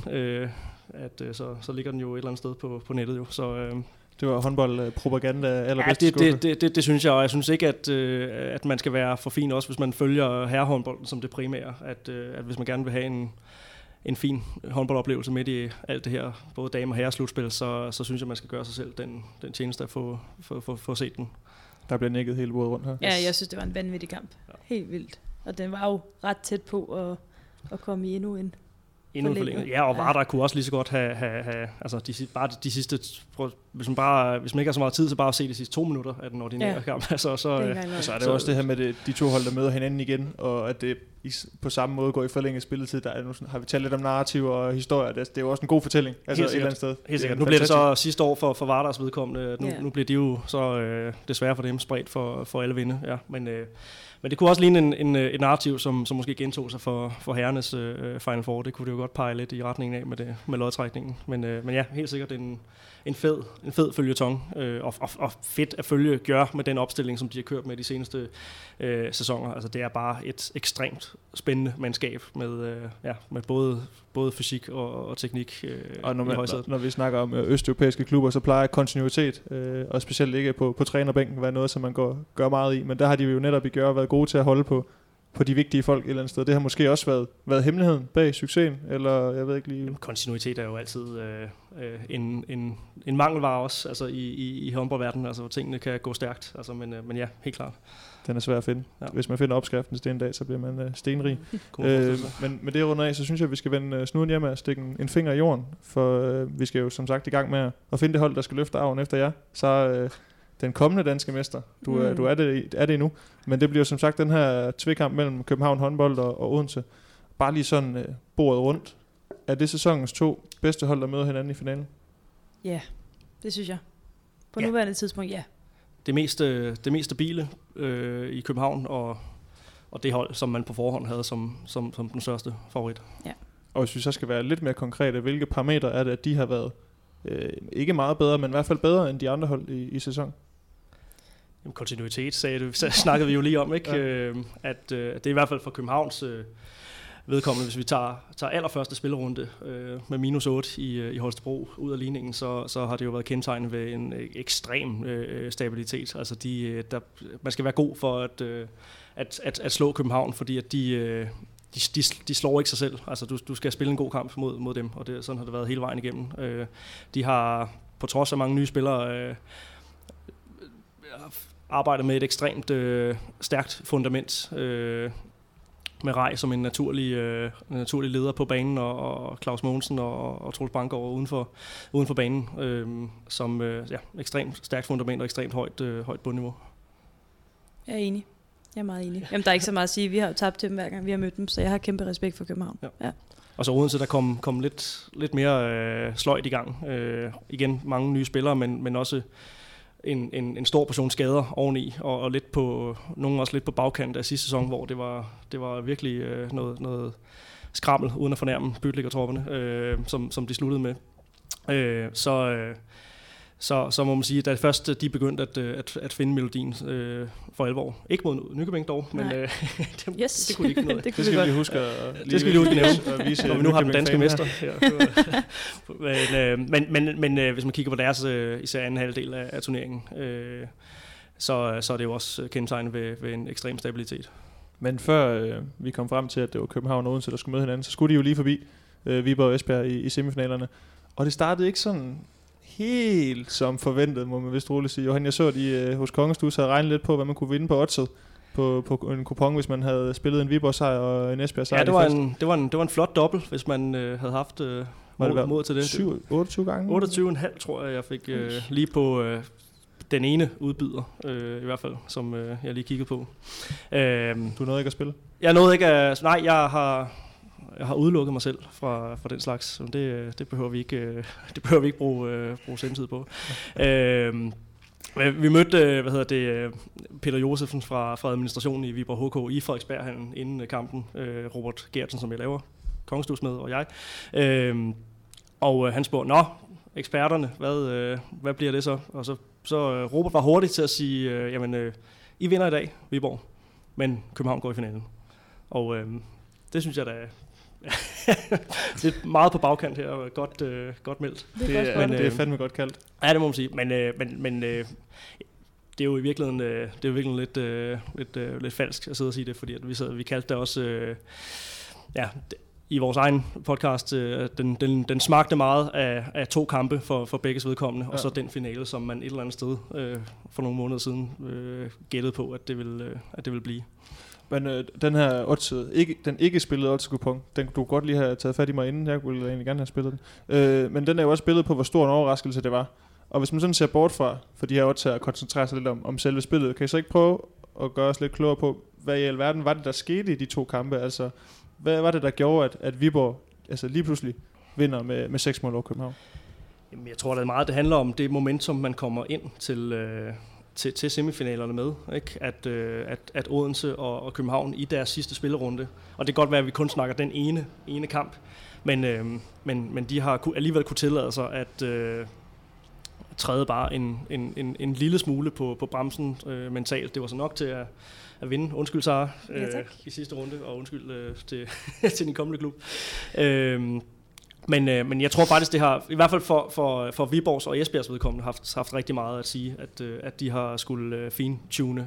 Så ligger den jo et eller andet sted på nettet. Jo. Så det var håndboldpropaganda allerbedst. Ja, det synes jeg, og jeg synes ikke, at man skal være for fin også, hvis man følger herrehåndbolden som det primære. At hvis man gerne vil have en fin håndboldoplevelse midt i alt det her, både dame- og herreslutspil, så synes jeg, man skal gøre sig selv den tjeneste at få set den. Der bliver nikket hele bordet rundt her. Ja, jeg synes, det var en vanvittig kamp. Helt vildt. Og den var jo ret tæt på at komme i endnu en forlænget. Ja, og Vardar kunne også lige så godt have altså de sidste, hvis man ikke har så meget tid, så bare at se de sidste 2 minutter af den ordinære kamp. Altså, så er det også det her med de to hold, der møder hinanden igen, og at det på samme måde går i forlænget spilletid. Der er nu sådan, har vi talt lidt om narrativ og historier. Det er jo også en god fortælling. Altså et eller andet sted. Helt sikkert. Nu bliver det så sidste år for Vardars vedkommende. Nu bliver det jo så desværre for dem spredt for alle vinde. Ja, men det kunne også ligne et narrativ, som måske gentog sig for herrenes Final Four. Det kunne det jo godt pege lidt i retningen af med lodtrækningen. Men ja, helt sikkert en fed føljeton, og fedt at følge Gjør med den opstilling, som de har kørt med de seneste sæsoner. Altså, det er bare et ekstremt spændende mandskab med både fysik og teknik og når vi snakker om østeuropæiske klubber, så plejer kontinuitet, og specielt ikke på trænerbænken, være noget, som man gør meget i. Men der har de jo netop i Gjør været gode til at holde på de vigtige folk et eller andet sted. Det har måske også været hemmeligheden bag succesen, eller jeg ved ikke lige. Jamen, kontinuitet er jo altid en mangelvare også, altså i håndboldverdenen, altså hvor tingene kan gå stærkt, altså men ja, helt klart. Den er svær at finde. Ja. Hvis man finder opskriften til en dag, så bliver man stenrig. Men det runder af, så synes jeg, at vi skal vende snuden hjem og stikke en finger i jorden, for vi skal jo som sagt i gang med at finde det hold, der skal løfte arven efter jer. Så den kommende danske mester, du er det endnu, men det bliver som sagt den her tvekamp mellem København håndbold og Odense. Bare lige sådan bordet rundt. Er det sæsonens 2 bedste hold, der møder hinanden i finalen? Ja, det synes jeg. På nuværende tidspunkt, ja. Det mest stabile i København, og det hold, som man på forhånd havde som den største favorit. Ja. Og hvis vi så skal være lidt mere konkrete, hvilke parametre er det, at de har været ikke meget bedre, men i hvert fald bedre end de andre hold i sæsonen? Jamen, kontinuitet, snakkede vi jo lige om, ikke? Ja. At det er i hvert fald for Københavns vedkommende, hvis vi tager allerførste spillerunde med -8 i Holstebro ud af ligningen, så har det jo været kendetegnet ved en ekstrem stabilitet. Altså man skal være god for at slå København, fordi at de slår ikke sig selv. Altså du skal spille en god kamp mod dem, og sådan har det været hele vejen igennem. De har på trods af mange nye spillere arbejdet med et ekstremt stærkt fundament. Med Rej som en naturlig leder på banen, og Claus Mogensen og Troels Bankgaard uden for banen, som ekstremt stærkt fundament og ekstremt højt bundniveau. Jeg er enig. Jeg er meget enig. Jamen, der er ikke så meget at sige. Vi har jo tabt til dem hver gang vi har mødt dem, så jeg har kæmpe respekt for København. Ja. Og så Odense, der kom lidt mere sløjt i gang. Igen mange nye spillere, men også en stor portion skader oveni, og lidt på, nogen også lidt på bagkant af sidste sæson, hvor det var virkelig noget skrammel, uden at fornærme Bøtlik-tropperne, som de sluttede med. Så må man sige, da først de begyndte at finde melodien for alvor. Ikke mod Nykøbing dog, men det kunne de ikke finde ud af. Det skal vi huske det skal vi huske at vise, når vi nu har den danske mester her. Men hvis man kigger på deres især anden halvdel af turneringen, så er det jo også kendetegnet ved en ekstrem stabilitet. Men før vi kom frem til, at det var København og Odense, der skulle møde hinanden, så skulle de jo lige forbi Viborg og Esbjerg i semifinalerne. Og det startede ikke sådan helt som forventet, må man vist roligt sige. Johan, jeg så, at I hos Kongestus havde regnet lidt på, hvad man kunne vinde på oddset på en kupon, hvis man havde spillet en Viborg-sejr og en Esbjerg-sejr. Ja, det var en flot dobbelt, hvis man havde haft mod til det. 28 gange? 28,5 tror jeg fik lige på den ene udbyder, i hvert fald, som jeg lige kiggede på. Du nåede ikke at spille? Jeg nåede ikke at... Nej, jeg har udelukket mig selv fra den slags, så det behøver vi ikke bruge sendtid på. Vi mødte Peter Josefsen fra administrationen i Viborg HK i Frederiksberghallen inden kampen. Robert Gertsen, som jeg laver Kongestus med, og jeg. Og han spurgte, eksperterne, hvad bliver det så? Og så Robert var hurtig til at sige, I vinder i dag, Viborg, men København går i finalen. Og det synes jeg da det er meget på bagkant her, og godt meldt. Det er fandme godt kaldt. Ja, det må man sige. Men det er jo i virkeligheden lidt falsk at sidde og sige det, fordi at vi kaldte det også i vores egen podcast, den smagte meget af 2 kampe for begges vedkommende, og så den finale, som man et eller andet sted for nogle måneder siden gættede på, at det ville blive. Men den her odds, den ikke spillede odds-kupon, den kunne du godt lige have taget fat i mig inden, jeg ville egentlig gerne have spillet den. Men den er jo også spillet på, hvor stor en overraskelse det var. Og hvis man sådan ser bort fra de her odds her og koncentrerer sig lidt om selve spillet, kan I så ikke prøve at gøre os lidt klogere på, hvad i alverden var det, der skete i de 2 kampe? Altså, hvad var det, der gjorde, at Viborg lige pludselig vinder med 6 mål over København? Jamen, jeg tror, det meget det handler om det momentum, man kommer ind til semifinalerne med, ikke? At Odense og København i deres sidste spillerunde, og det kan godt være, at vi kun snakker den ene kamp, men de har alligevel kunne tillade sig at træde bare en lille smule på bremsen mentalt. Det var så nok til at vinde. Undskyld, Sara, i sidste runde, og undskyld til din kommende klub. Men jeg tror faktisk, det har, i hvert fald for Viborgs og Esbjergs vedkommende, haft rigtig meget at sige, at de har skulle fintune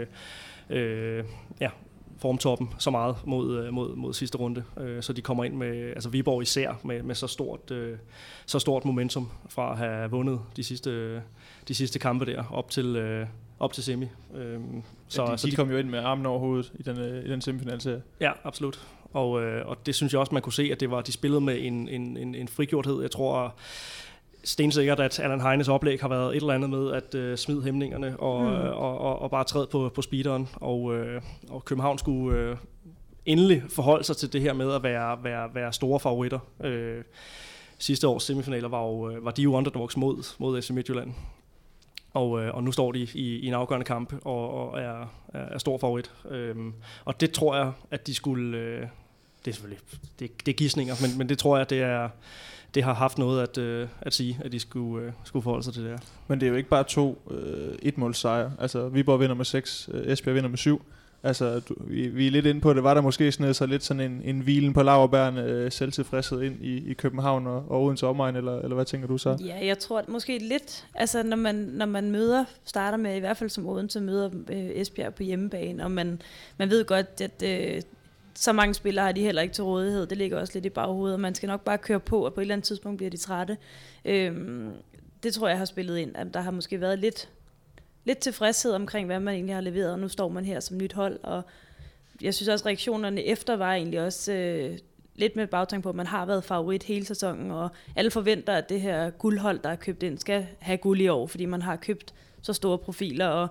formtoppen så meget mod sidste runde. Så de kommer ind med, altså Viborg især, med så stort momentum fra at have vundet de sidste kampe der op til semi. Så de kom jo ind med armen over hovedet i den semifinalserie. Ja, absolut. Og det synes jeg også, man kunne se, at de spillede med en frigjorthed. Jeg tror stensikkert, at Allan Heines oplæg har været et eller andet med at smide hæmningerne og bare træde på speederen. Og København skulle endelig forholde sig til det her med at være store favoritter. Sidste års semifinaler var de jo underdogs mod FC Midtjylland. Og nu står de i en afgørende kamp og er stor favorit. Og det tror jeg, at de skulle... det er selvfølgelig det er gidsninger, men det tror jeg, det har haft noget at sige, at de skulle forholde sig til det her. Men det er jo ikke bare 2 1-målssejre. Altså, Viborg vinder med 6, Esbjerg vinder med 7. Altså, vi er lidt inde på det. Var der måske så lidt sådan en hvilen på laurbærne, selvtilfredshed ind i København og Odense omegn, eller hvad tænker du så? Ja, jeg tror at måske lidt, altså når man starter med, i hvert fald som Odense, møder Esbjerg på hjemmebane, og man ved godt, at så mange spillere har de heller ikke til rådighed. Det ligger også lidt i baghovedet, og man skal nok bare køre på, og på et eller andet tidspunkt bliver de trætte. Det tror jeg har spillet ind, at der har måske været lidt tilfredshed omkring, hvad man egentlig har leveret, og nu står man her som nyt hold, og jeg synes også, reaktionerne efter var egentlig også lidt med et bagtanke på, at man har været favorit hele sæsonen, og alle forventer, at det her guldhold, der er købt ind, skal have guld i år, fordi man har købt så store profiler, og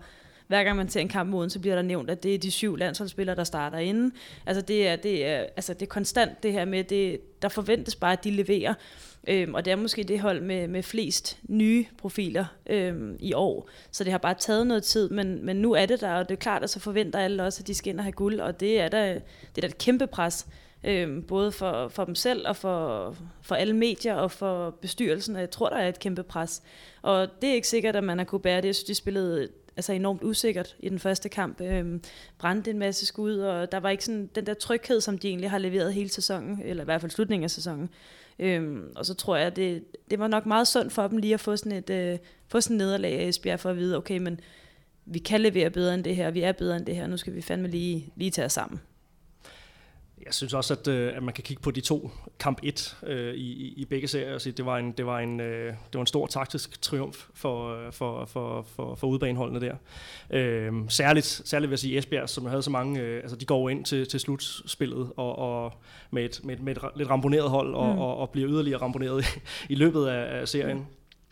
hver gang man ser en kamp mod, så bliver der nævnt, at det er de 7 landsholdsspillere, der starter inden. Altså det er konstant det her med, der forventes bare, at de leverer. Og det er måske det hold med flest nye profiler i år. Så det har bare taget noget tid, men nu er det der, og det er klart, at så forventer alle også, at de skal ind og have guld, og det er da et kæmpe pres. Både for dem selv og for alle medier og for bestyrelsen, og jeg tror, der er et kæmpe pres. Og det er ikke sikkert, at man har kunne bære det. Jeg synes, de spillede enormt usikkert i den første kamp. Brændte en masse skud, og der var ikke sådan den der tryghed, som de egentlig har leveret hele sæsonen, eller i hvert fald slutningen af sæsonen. Og så tror jeg, at det var nok meget sundt for dem lige at få sådan et nederlag af Esbjerg for at vide, okay, men vi kan levere bedre end det her, vi er bedre end det her, nu skal vi fandme lige tage os sammen. Jeg synes også, at man kan kigge på de 2 kamp 1 i begge serier og sige, det var en stor taktisk triumf for udbaneholdene der. Særligt vil jeg sige Esbjerg, som havde så mange, de går ind til slutspillet og med et lidt ramponeret hold og bliver yderligere ramponeret i løbet af serien.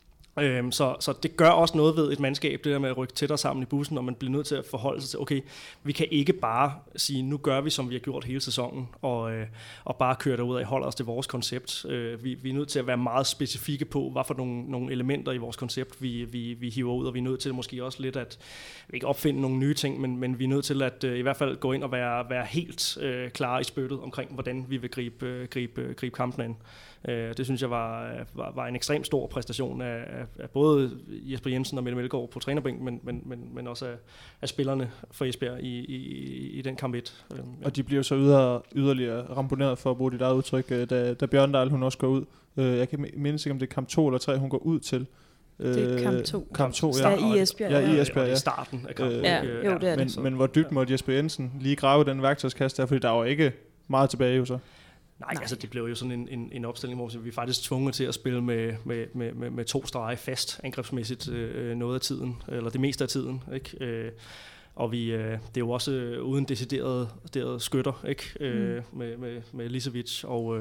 Så det gør også noget ved et mandskab, det der med at rykke tættere sammen i bussen, og man bliver nødt til at forholde sig til, okay, vi kan ikke bare sige, nu gør vi, som vi har gjort hele sæsonen, og bare køre derud og holde os til vores koncept. Vi er nødt til at være meget specifikke på, hvad for nogle elementer i vores koncept, vi hiver ud, og vi er nødt til måske også lidt at ikke opfinde nogle nye ting, men vi er nødt til at i hvert fald gå ind og være helt klare i spyttet omkring, hvordan vi vil gribe kampen an. Det synes jeg var en ekstremt stor præstation af både Jesper Jensen og Mette Melgaard på trænerbænken, men også af spillerne for Esbjerg i den kamp 1. Og de bliver så yderligere ramponeret, for at bruge dit eget udtryk, da Bjørndal hun også går ud. Jeg kan mindes ikke, om det er kamp 2 eller 3, hun går ud til. Det er kamp 2. Kamp 2, ja. Ja, i Esbjerg. Ja, i Esbjerg, ja. I starten af kampen. Jo, det er det. Men hvor dybt måtte Jesper Jensen lige grave den værktøjskasse der, fordi der var ikke meget tilbage jo så. Nej, altså det blev jo sådan en opstilling, hvor vi er faktisk tvunget til at spille med 2 streger fast angrebsmæssigt noget af tiden, eller det meste af tiden, ikke? Og det er jo også uden deciderede skytter, ikke? Med Lisevic og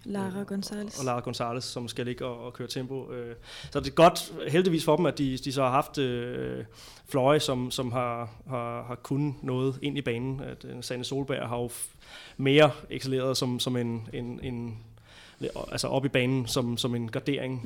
Lara Gonzalez, som skal ligge og køre tempo. Så det er godt, heldigvis for dem, at de så har haft Fløje, som har kunnet noget ind i banen. At Sanne Solberg har jo mere excelleret som en altså op i banen som en gardering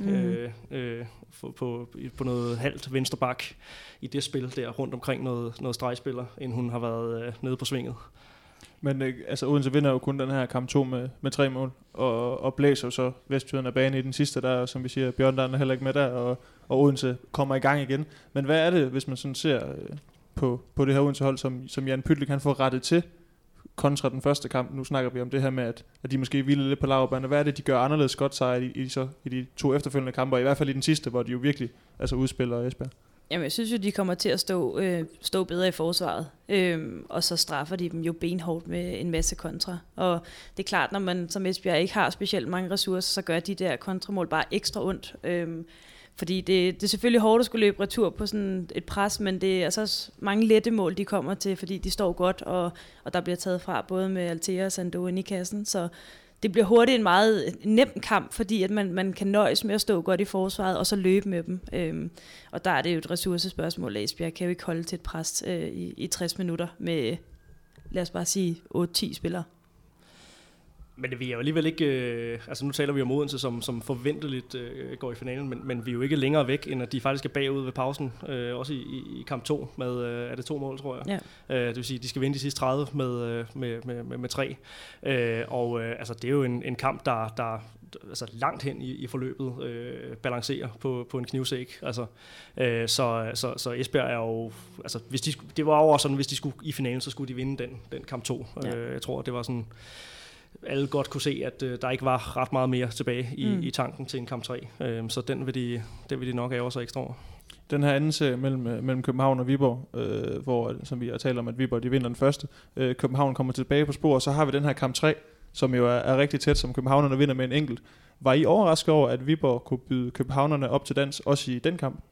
på noget halvt venstre bak i det spil der rundt omkring noget stregspiller, end hun har været nede på svinget. Men altså Odense vinder jo kun den her kamp 2 med 3 mål, og blæser jo så Vestjylland af banen i den sidste, der som vi siger, Bjørndal er heller ikke med der, og Odense kommer i gang igen. Men hvad er det, hvis man sådan ser på det her Odense-hold, som Jan Pytlik kan få rettet til, kontra den første kamp? Nu snakker vi om det her med, at de måske hviler lidt på laurbærrene. Hvad er det, de gør anderledes godt sig i de 2 efterfølgende kamper, i hvert fald i den sidste, hvor de jo virkelig udspiller Esbjerg? Jamen, jeg synes jo, de kommer til at stå bedre i forsvaret, og så straffer de dem jo benhårdt med en masse kontra. Og det er klart, når man som Esbjerg ikke har specielt mange ressourcer, så gør de der kontramål bare ekstra ondt. Fordi det er selvfølgelig hårdt at skulle løbe retur på sådan et pres, men det er altså også mange lette mål, de kommer til, fordi de står godt, og der bliver taget fra både med Altea og Sando inde i kassen. Så det bliver hurtigt en meget nem kamp, fordi at man kan nøjes med at stå godt i forsvaret, og så løbe med dem. Og der er det jo et ressourcespørgsmål. Esbjerg kan jo ikke holde til et pres i 60 minutter med, lad os bare sige, 8-10 spillere. Men det er jo alligevel ikke, altså nu taler vi om Odense, som forventeligt går i finalen, men vi er jo ikke længere væk, end at de faktisk er bagud ved pausen, også i kamp 2 med, er det 2 mål, tror jeg. Ja. Det vil sige, at de skal vinde de sidste 30 med 3. Altså det er jo en kamp, der altså langt hen i forløbet balancerer på en knivsæk. Altså, så Esbjerg er jo, altså det var over sådan, hvis de skulle i finalen, så skulle de vinde den kamp 2. Ja. Jeg tror, det var sådan, alle godt kunne se, at der ikke var ret meget mere tilbage i tanken til en kamp 3. Så den vil de nok ærge sig ekstra over. Den her anden serie mellem København og Viborg, hvor, som vi har talt om, at Viborg de vinder den første. København kommer tilbage på spor, og så har vi den her kamp 3, som jo er rigtig tæt, som københavnerne vinder med en enkelt. Var I overrasket over, at Viborg kunne byde københavnerne op til dans, også i den kamp?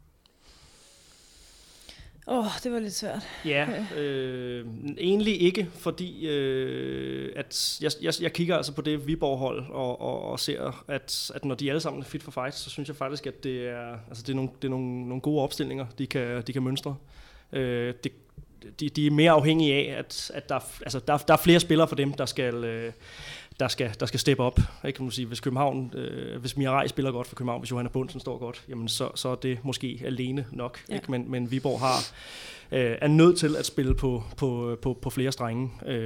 Det var lidt svært. Ja, egentlig ikke, fordi at jeg kigger altså på det Viborg-hold og ser, at når de alle sammen er fit for fight, så synes jeg faktisk, at det er nogle gode opstillinger, de kan mønstre. De er mere afhængige af, at der er flere spillere for dem, der skal steppe op. Ikke, kan man sige, hvis Mirai spiller godt for København, hvis Johanna Bundsen står godt, jamen så er det måske alene nok. Ja. Ikke? Men Viborg er nødt til at spille på flere strenge.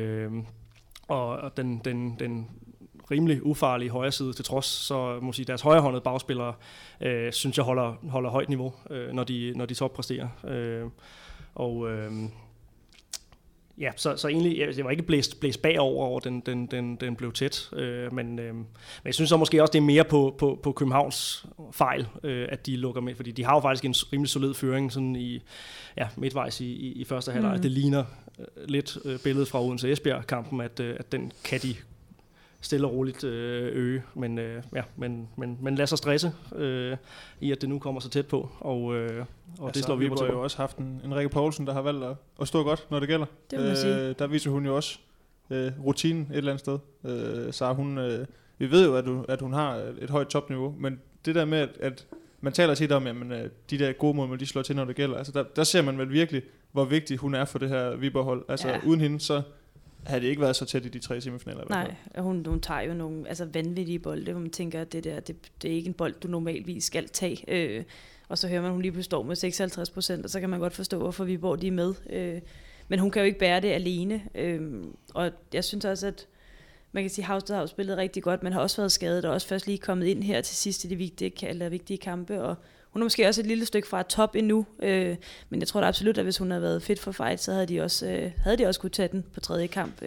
Og den rimelig ufarlige højre side til trods, så må sige, deres højrehåndede bagspillere, synes jeg holder højt niveau, når de toppræsterer. Ja, så egentlig, det var ikke blæst bagover, over den blev tæt, men jeg synes så måske også, det er mere på Københavns fejl, at de lukker med, fordi de har jo faktisk en rimelig solid føring sådan midtvejs i første halvleg. Det ligner lidt billedet fra Odense Esbjerg-kampen, at den kan de stille og roligt øge, men lad sig stresse i, at det nu kommer så tæt på, og det slår vi på. Vi har jo også haft en Rikke Poulsen, der har valgt at stå godt, når det gælder. Det må man sige. Der viser hun jo også rutinen et eller andet sted. Så hun, vi ved jo, at hun har et højt topniveau, men det der med, at man taler tit om, at de der gode mål, de slår til, når det gælder. Altså der ser man vel virkelig, hvor vigtig hun er for det her Viborg-hold. Altså uden hende, så havde det ikke været så tæt i de 3 semifinaler. Nej, hun tager jo nogle vanvittige bolde, hvor man tænker, at det er ikke en bold, du normalvis skal tage. Og så hører man, at hun lige pludselig står med 56%, og så kan man godt forstå, hvorfor Viborg de er med. Men hun kan jo ikke bære det alene. Og jeg synes også, at man kan sige, at Hausted har jo spillet rigtig godt, men har også været skadet, og også først lige kommet ind her til sidst i de vigtige kampe. Og hun er måske også et lille stykke fra top endnu, men jeg tror da absolut, at hvis hun havde været fit for fight, så havde de også kunne tage den på tredje kamp.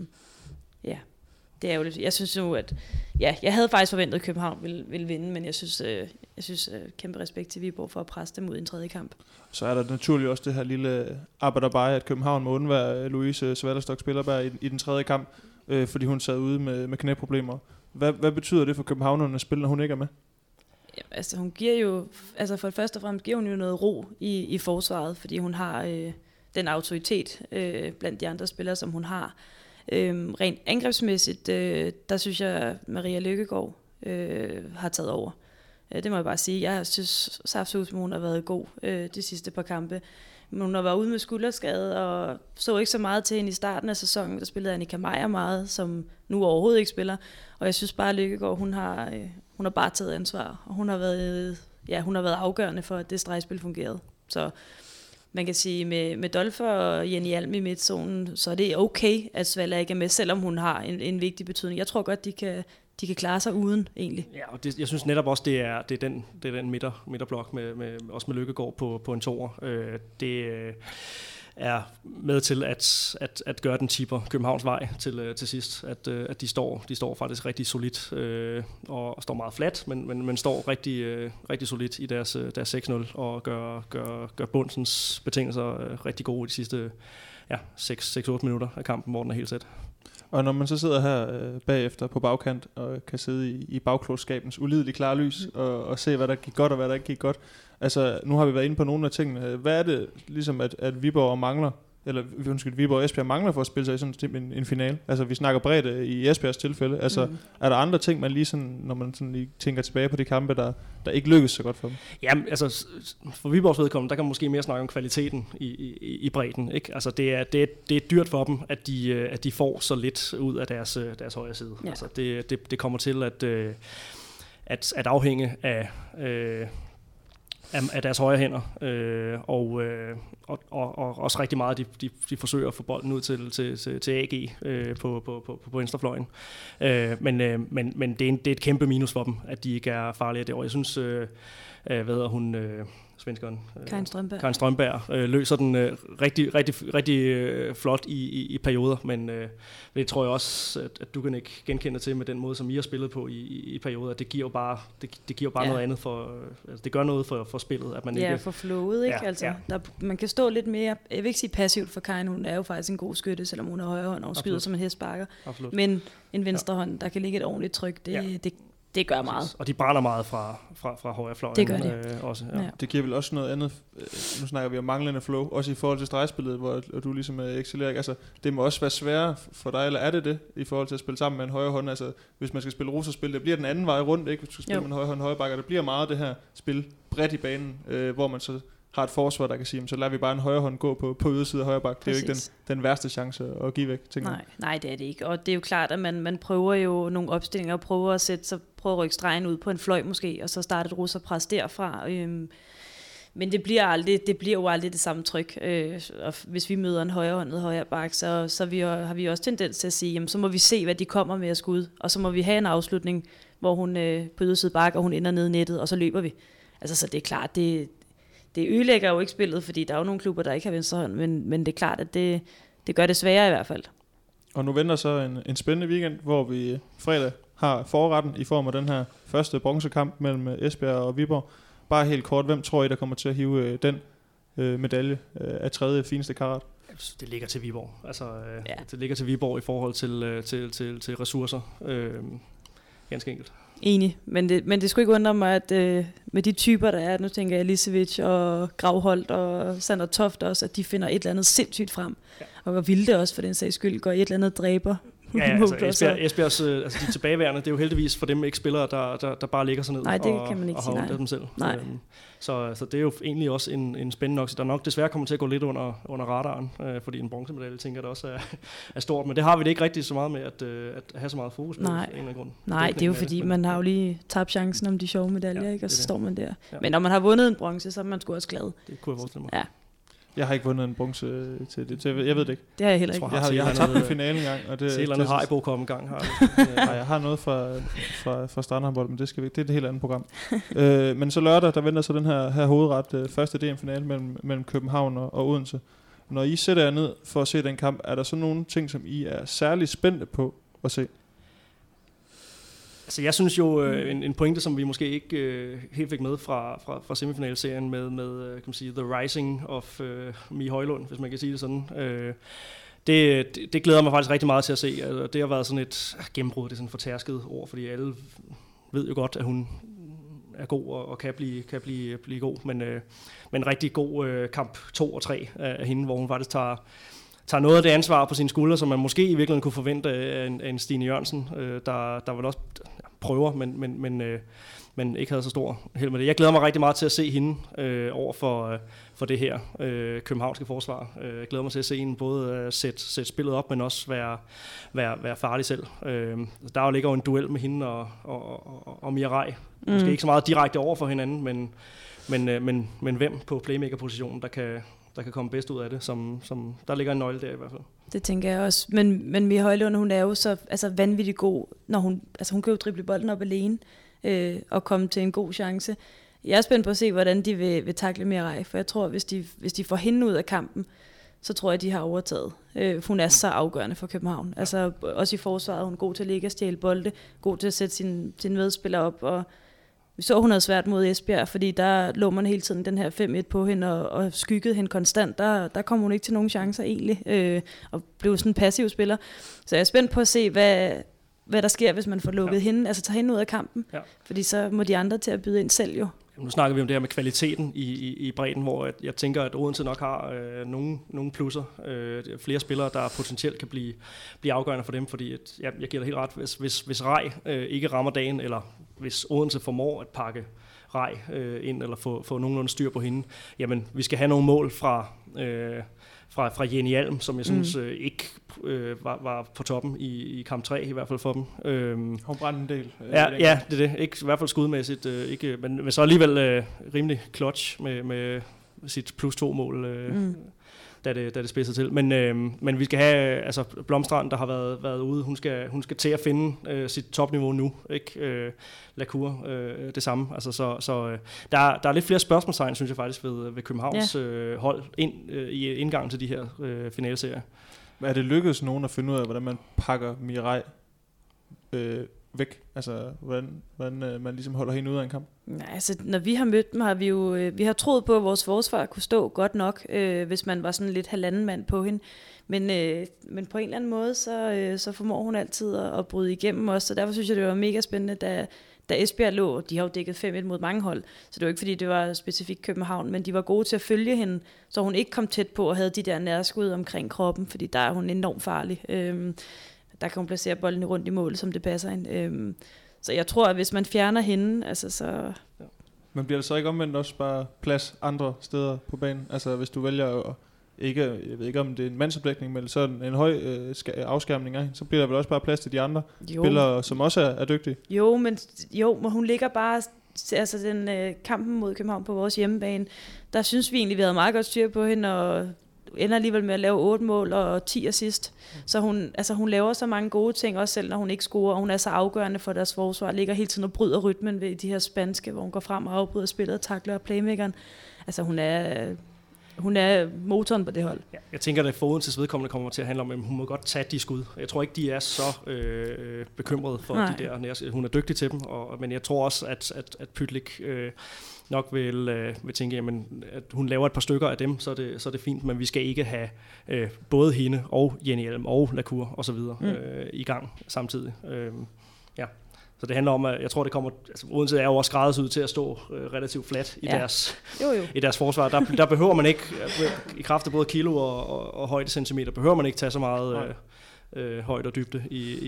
Det er jo lidt. Jeg synes jo, at jeg havde faktisk forventet, at København ville vinde, men jeg synes kæmpe respekt til Viborg for at presse dem ud i en tredje kamp. Så er der naturligvis også det her lille arbejderbej, at København må undvære Louise Svalderstok-Spillerberg i den tredje kamp, fordi hun sad ude med knæproblemer. Hvad betyder det for københavnerne at spille, når hun ikke er med? Ja, altså hun giver jo, for det første og fremmest giver hun jo noget ro i forsvaret, fordi hun har den autoritet blandt de andre spillere, som hun har. Rent angrebsmæssigt, der synes jeg, at Maria Lykkegaard har taget over. Det må jeg bare sige. Jeg synes, Safshus, hun har været god de sidste par kampe. Men hun har været ude med skulderskade, og så ikke så meget til hende i starten af sæsonen. Der spillede Annika Meier meget, som nu overhovedet ikke spiller. Og jeg synes bare, at Lykkegaard, hun har bare taget ansvar. Og hun har været afgørende for, at det stregspil fungerede. Så man kan sige, med Dolfer og Jenny Alm i midtzonen, så er det okay, at Svala ikke er med, selvom hun har en vigtig betydning. Jeg tror godt, de kan klare sig uden, egentlig. Ja, og jeg synes netop også, det er den midterblok, også med Lykkegaard på en toer. Det er med til at gøre den chipper Københavns vej til sidst. At de står faktisk rigtig solidt og står meget fladt, men står rigtig solidt i deres 6-0 og gør Bundsens betingelser rigtig gode i de sidste 6-8 minutter af kampen, hvor den er helt sæt. Og når man så sidder her bagefter på bagkant og kan sidde i bagklogskabens ulideligt klare lys og se, hvad der gik godt og hvad der ikke gik godt. Altså, nu har vi været inde på nogle af tingene. Hvad er det ligesom, at Viborg mangler, eller Viborg og Esbjerg mangler for at spille sig i sådan en finale? Altså, vi snakker bredt i Esbjergs tilfælde. Altså, er der andre ting, man lige sådan, når man sådan lige tænker tilbage på de kampe, der ikke lykkes så godt for dem? Jamen, altså, for Viborgs vedkommende, der kan man måske mere snakke om kvaliteten i bredden, ikke? Altså, det er dyrt for dem, at de får så lidt ud af deres højre side. Ja. Altså, det kommer til at afhænge af deres højre hænder, og også rigtig meget, de forsøger at få bolden ud til AG på venstrefløjen. Men det er et kæmpe minus for dem, at de ikke er farlige derovre. Jeg synes, hun... svenskeren Karin Strømberg løser den rigtig flot i perioder, men det tror jeg også, at du kan ikke genkende til med den måde, som I har spillet på i perioder. Det giver jo bare noget andet det gør noget for spillet, at man ikke for flowet, ikke? Man kan stå lidt mere, jeg vil ikke sige passivt, for Karin, hun er jo faktisk en god skytte, selvom hun er højre hånd og skyder som en hestsparker. Men en venstre hånd, der kan ligge et ordentligt tryk, det gør meget. Og de brænder meget fra højre fløjen. Det gør det. Også, ja. Det giver vel også noget andet. Nu snakker vi om manglende flow, også i forhold til stregspillet, hvor du ligesom excellerer. Altså, det må også være sværere for dig, eller er det i forhold til at spille sammen med en højre hånd? Altså, hvis man skal spille roserspil, det bliver den anden vej rundt, ikke? Hvis du skal spille med en højre hånd, højre bakker, det bliver meget det her spil bredt i banen, hvor man så har et forsvar, der kan sige, så lader vi bare en højre hånd gå på ydersiden af højre bak. Det er jo ikke den værste chance at give væk, tænker jeg. Nej, det er det ikke. Og det er jo klart, at man prøver jo nogle opstillinger, og prøver at rykke stregen ud på en fløj måske, og så starte et russerpres derfra. Men det bliver jo aldrig det samme tryk. Og hvis vi møder en højrehåndet højre bak, så har vi også tendens til at sige, jamen, så må vi se, hvad de kommer med at skud, og så må vi have en afslutning, hvor hun på ydersiden bak, og hun ender ned i nettet, og så løber vi. Altså, så det er klart, det ødelægger jo ikke spillet, fordi der er jo nogle klubber, der ikke har venstre hånd, men det er klart, at det gør det sværere i hvert fald. Og nu venter så en spændende weekend, hvor vi fredag har forretten i form af den her første bronzekamp mellem Esbjerg og Viborg. Bare helt kort, hvem tror I, der kommer til at hive den medalje af tredje fineste karat? Det ligger til Viborg. Altså, det ligger til Viborg i forhold til ressourcer. Ganske enkelt. Enig, men det skulle ikke undre mig, at med de typer, der er, nu tænker jeg Lisevic og Gravholt og Sander Toft også, at de finder et eller andet sindssygt frem. Ja. Og hvor Vilde også for den sags skyld går et eller andet dræber. Ja, altså Esbjergs de tilbageværende, det er jo heldigvis for dem ikke spillere, der bare ligger sig ned. Nej, det kan man ikke sige, dem selv. Nej. Så det er jo egentlig også en spændende nok, der nok desværre kommer til at gå lidt under radaren, fordi en bronzemedalje, tænker jeg, det også er stort. Men det har vi det ikke rigtig så meget med at have så meget fokus på. Nej, en eller anden grund. Nej, det er jo fordi, man har jo lige tabt chancen om de sjove medaljer, ikke? Og så står man der. Ja. Men når man har vundet en bronze, så er man sgu også glad. Det kunne jeg forestille mig. Ja. Jeg har ikke vundet en bronze til det. Jeg ved det ikke. Det har jeg heller ikke. Jeg har tabt en finale en gang. Og det eller andet Haribo kom en gang. Nej, jeg har noget fra Strandhåndbold, men det er et helt andet program. Men så lørdag, der venter så den her hovedret første DM-finale mellem København og Odense. Når I sætter jer ned for at se den kamp, er der så nogle ting, som I er særlig spændte på at se? Altså jeg synes jo, en pointe, som vi måske ikke helt fik med fra semifinalserien med kan man sige, The Rising of Mie Højlund, hvis man kan sige det sådan. Det glæder mig faktisk rigtig meget til at se. Altså, det har været sådan et gennembrud, det er sådan et fortærsket ord, fordi alle ved jo godt, at hun er god og kan blive god, men en rigtig god kamp 2 og 3 af hende, hvor hun faktisk tager noget af det ansvar på sine skuldre, som man måske i virkeligheden kunne forvente af en Stine Jørgensen, der vel også prøver, men ikke havde så stor held med det. Jeg glæder mig rigtig meget til at se hende over for det her københavnske forsvar. Jeg glæder mig til at se hende både sætte spillet op, men også være farlig selv. Der ligger jo en duel med hende og Mia Rej. Måske ikke så meget direkte over for hinanden, men hvem på playmaker-positionen, der kan komme bedst ud af det, som der ligger en nøgle der i hvert fald. Det tænker jeg også. Men Mie Højlund, hun er jo så vanvittigt god, når hun kan jo drible bolden op alene og komme til en god chance. Jeg er spændt på at se, hvordan de vil takle Mia Rej, for jeg tror, hvis de får hende ud af kampen, så tror jeg, de har overtaget. Hun er så afgørende for København. Altså også i forsvaret, hun er god til at ligge og stjæle bolde, god til at sætte sin medspiller op, og vi så, hun havde svært mod Esbjerg, fordi der lå man hele tiden den her 5-1 på hende og skyggede hende konstant. Der kom hun ikke til nogen chancer egentlig, og blev sådan en passiv spiller. Så jeg er spændt på at se, hvad der sker, hvis man får lukket hende, altså tager hende ud af kampen. Ja. Fordi så må de andre til at byde ind selv jo. Nu snakker vi om det her med kvaliteten i bredden, hvor jeg tænker, at Odense nok har nogle plusser. Flere spillere, der potentielt kan blive afgørende for dem, fordi jeg giver dig helt ret, hvis Rej ikke rammer dagen, eller hvis Odense formår at pakke Rej ind, eller få nogenlunde styr på hende, jamen vi skal have nogle mål fra Jenny Alm, som jeg synes ikke var på toppen i kamp 3, i hvert fald for dem. Hun brændte en del. Ja, det er det. Ikke, i hvert fald skudmæssigt, ikke, men så alligevel rimelig clutch med sit +2 mål, da det spidsede til. Men vi skal have altså Blomstrand, der har været ude. Hun skal til at finde sit topniveau nu, ikke? Lacour det samme. Altså så der er lidt flere spørgsmålstegn, synes jeg faktisk ved Københavns hold i indgangen til de her finaleserier. Er det lykkedes nogen at finde ud af, hvordan man pakker Mirai væk? Altså, hvordan man ligesom holder hende ud af en kamp? Nej, altså, når vi har mødt dem, har vi jo vi har troet på, at vores forsvar kunne stå godt nok, hvis man var sådan lidt halvanden mand på hende. Men på en eller anden måde, så formår hun altid at bryde igennem os, så derfor synes jeg, det var mega spændende, da Esbjerg lå. De har jo dækket 5-1 mod mange hold, så det var ikke fordi, det var specifikt København, men de var gode til at følge hende, så hun ikke kom tæt på og havde de der nærskud omkring kroppen, fordi der er hun enormt farlig. Der kan hun placere bolden rundt i målet, som det passer hende. Så jeg tror, at hvis man fjerner hende, altså så... Men bliver der så ikke omvendt også bare plads andre steder på banen? Altså hvis du vælger at ikke, jeg ved ikke om det er en mandsopdækning, men sådan en høj afskærmning af, så bliver der vel også bare plads til de andre spillere, som også er dygtige? Jo, men hun ligger bare, altså den kampen mod København på vores hjemmebane, der synes vi egentlig, vi havde meget godt styr på hende, og ender alligevel med at lave 8 mål og 10 assist. Så hun laver så mange gode ting, også selv når hun ikke scorer, og hun er så afgørende for deres forsvar, ligger hele tiden og bryder rytmen ved de her spanske, hvor hun går frem og afbryder spillet, takler playmakeren. Altså hun er motoren på det hold. Ja, jeg tænker, at Odenses vedkommende kommer til at handle om, at hun må godt tage de skud. Jeg tror ikke, de er så bekymrede for de der. Hun er dygtig til dem, men jeg tror også, at Pytlik nok vil tænke, jamen, at hun laver et par stykker af dem, så er det fint, men vi skal ikke have både hende og Jenny Elm og Lacour og så videre i gang samtidig. Ja. Så det handler om, at jeg tror, det kommer... Altså, Odense er jo også skræddersyet til at stå relativt fladt i deres forsvar. Der behøver man ikke, i kraft af både kilo og højde centimeter, behøver man ikke tage så meget højde og dybde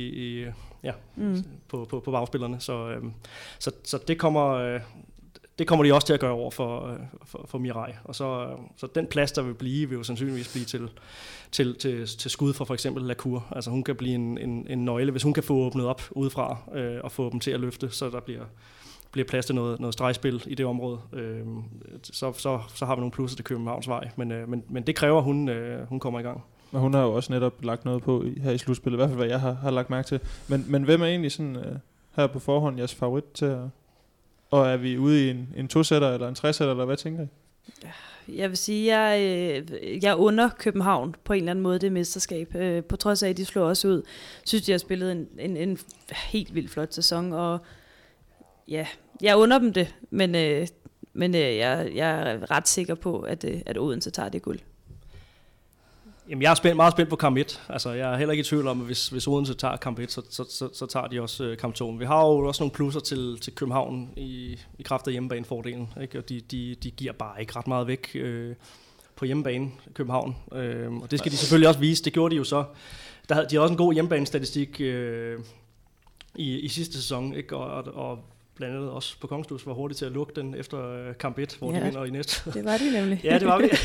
på bagspillerne. Så det kommer... Det kommer de også til at gøre over for Mirai. Og så den plads, der vil jo sandsynligvis blive til skud for eksempel Lacour. Altså hun kan blive en nøgle, hvis hun kan få åbnet op udefra og få dem til at løfte, så der bliver plads til noget stregspil i det område. Så har vi nogle plusser til Københavns vej. Men det kræver, hun kommer i gang. Men hun har jo også netop lagt noget på her i slutspillet, i hvert fald hvad jeg har lagt mærke til. Men hvem er egentlig sådan her på forhånd jeres favorit til at... Og er vi ude i en 2-sætter eller en 3-sætter, eller hvad tænker I? Jeg vil sige, jeg under København på en eller anden måde det mesterskab. På trods af, at de slår os ud, synes de har spillet en helt vildt flot sæson. Og ja, jeg under dem det, men jeg er ret sikker på, at Odense tager det guld. Jamen, jeg er meget spændt på kamp 1. Altså, jeg er heller ikke i tvivl om, at hvis Odense tager kamp 1, så tager de også kamp 2. Vi har jo også nogle plusser til København i kraft af hjemmebanefordelen, ikke? Og de giver bare ikke ret meget væk på hjemmebane København. Og det skal de selvfølgelig også vise. Det gjorde de jo så. De havde også en god hjemmebanestatistik i sidste sæson, ikke? Og blandt andet også på Kongstus var hurtigt til at lukke den efter kamp 1, hvor de vinder i næste. Det var de nemlig. Ja, det var vi.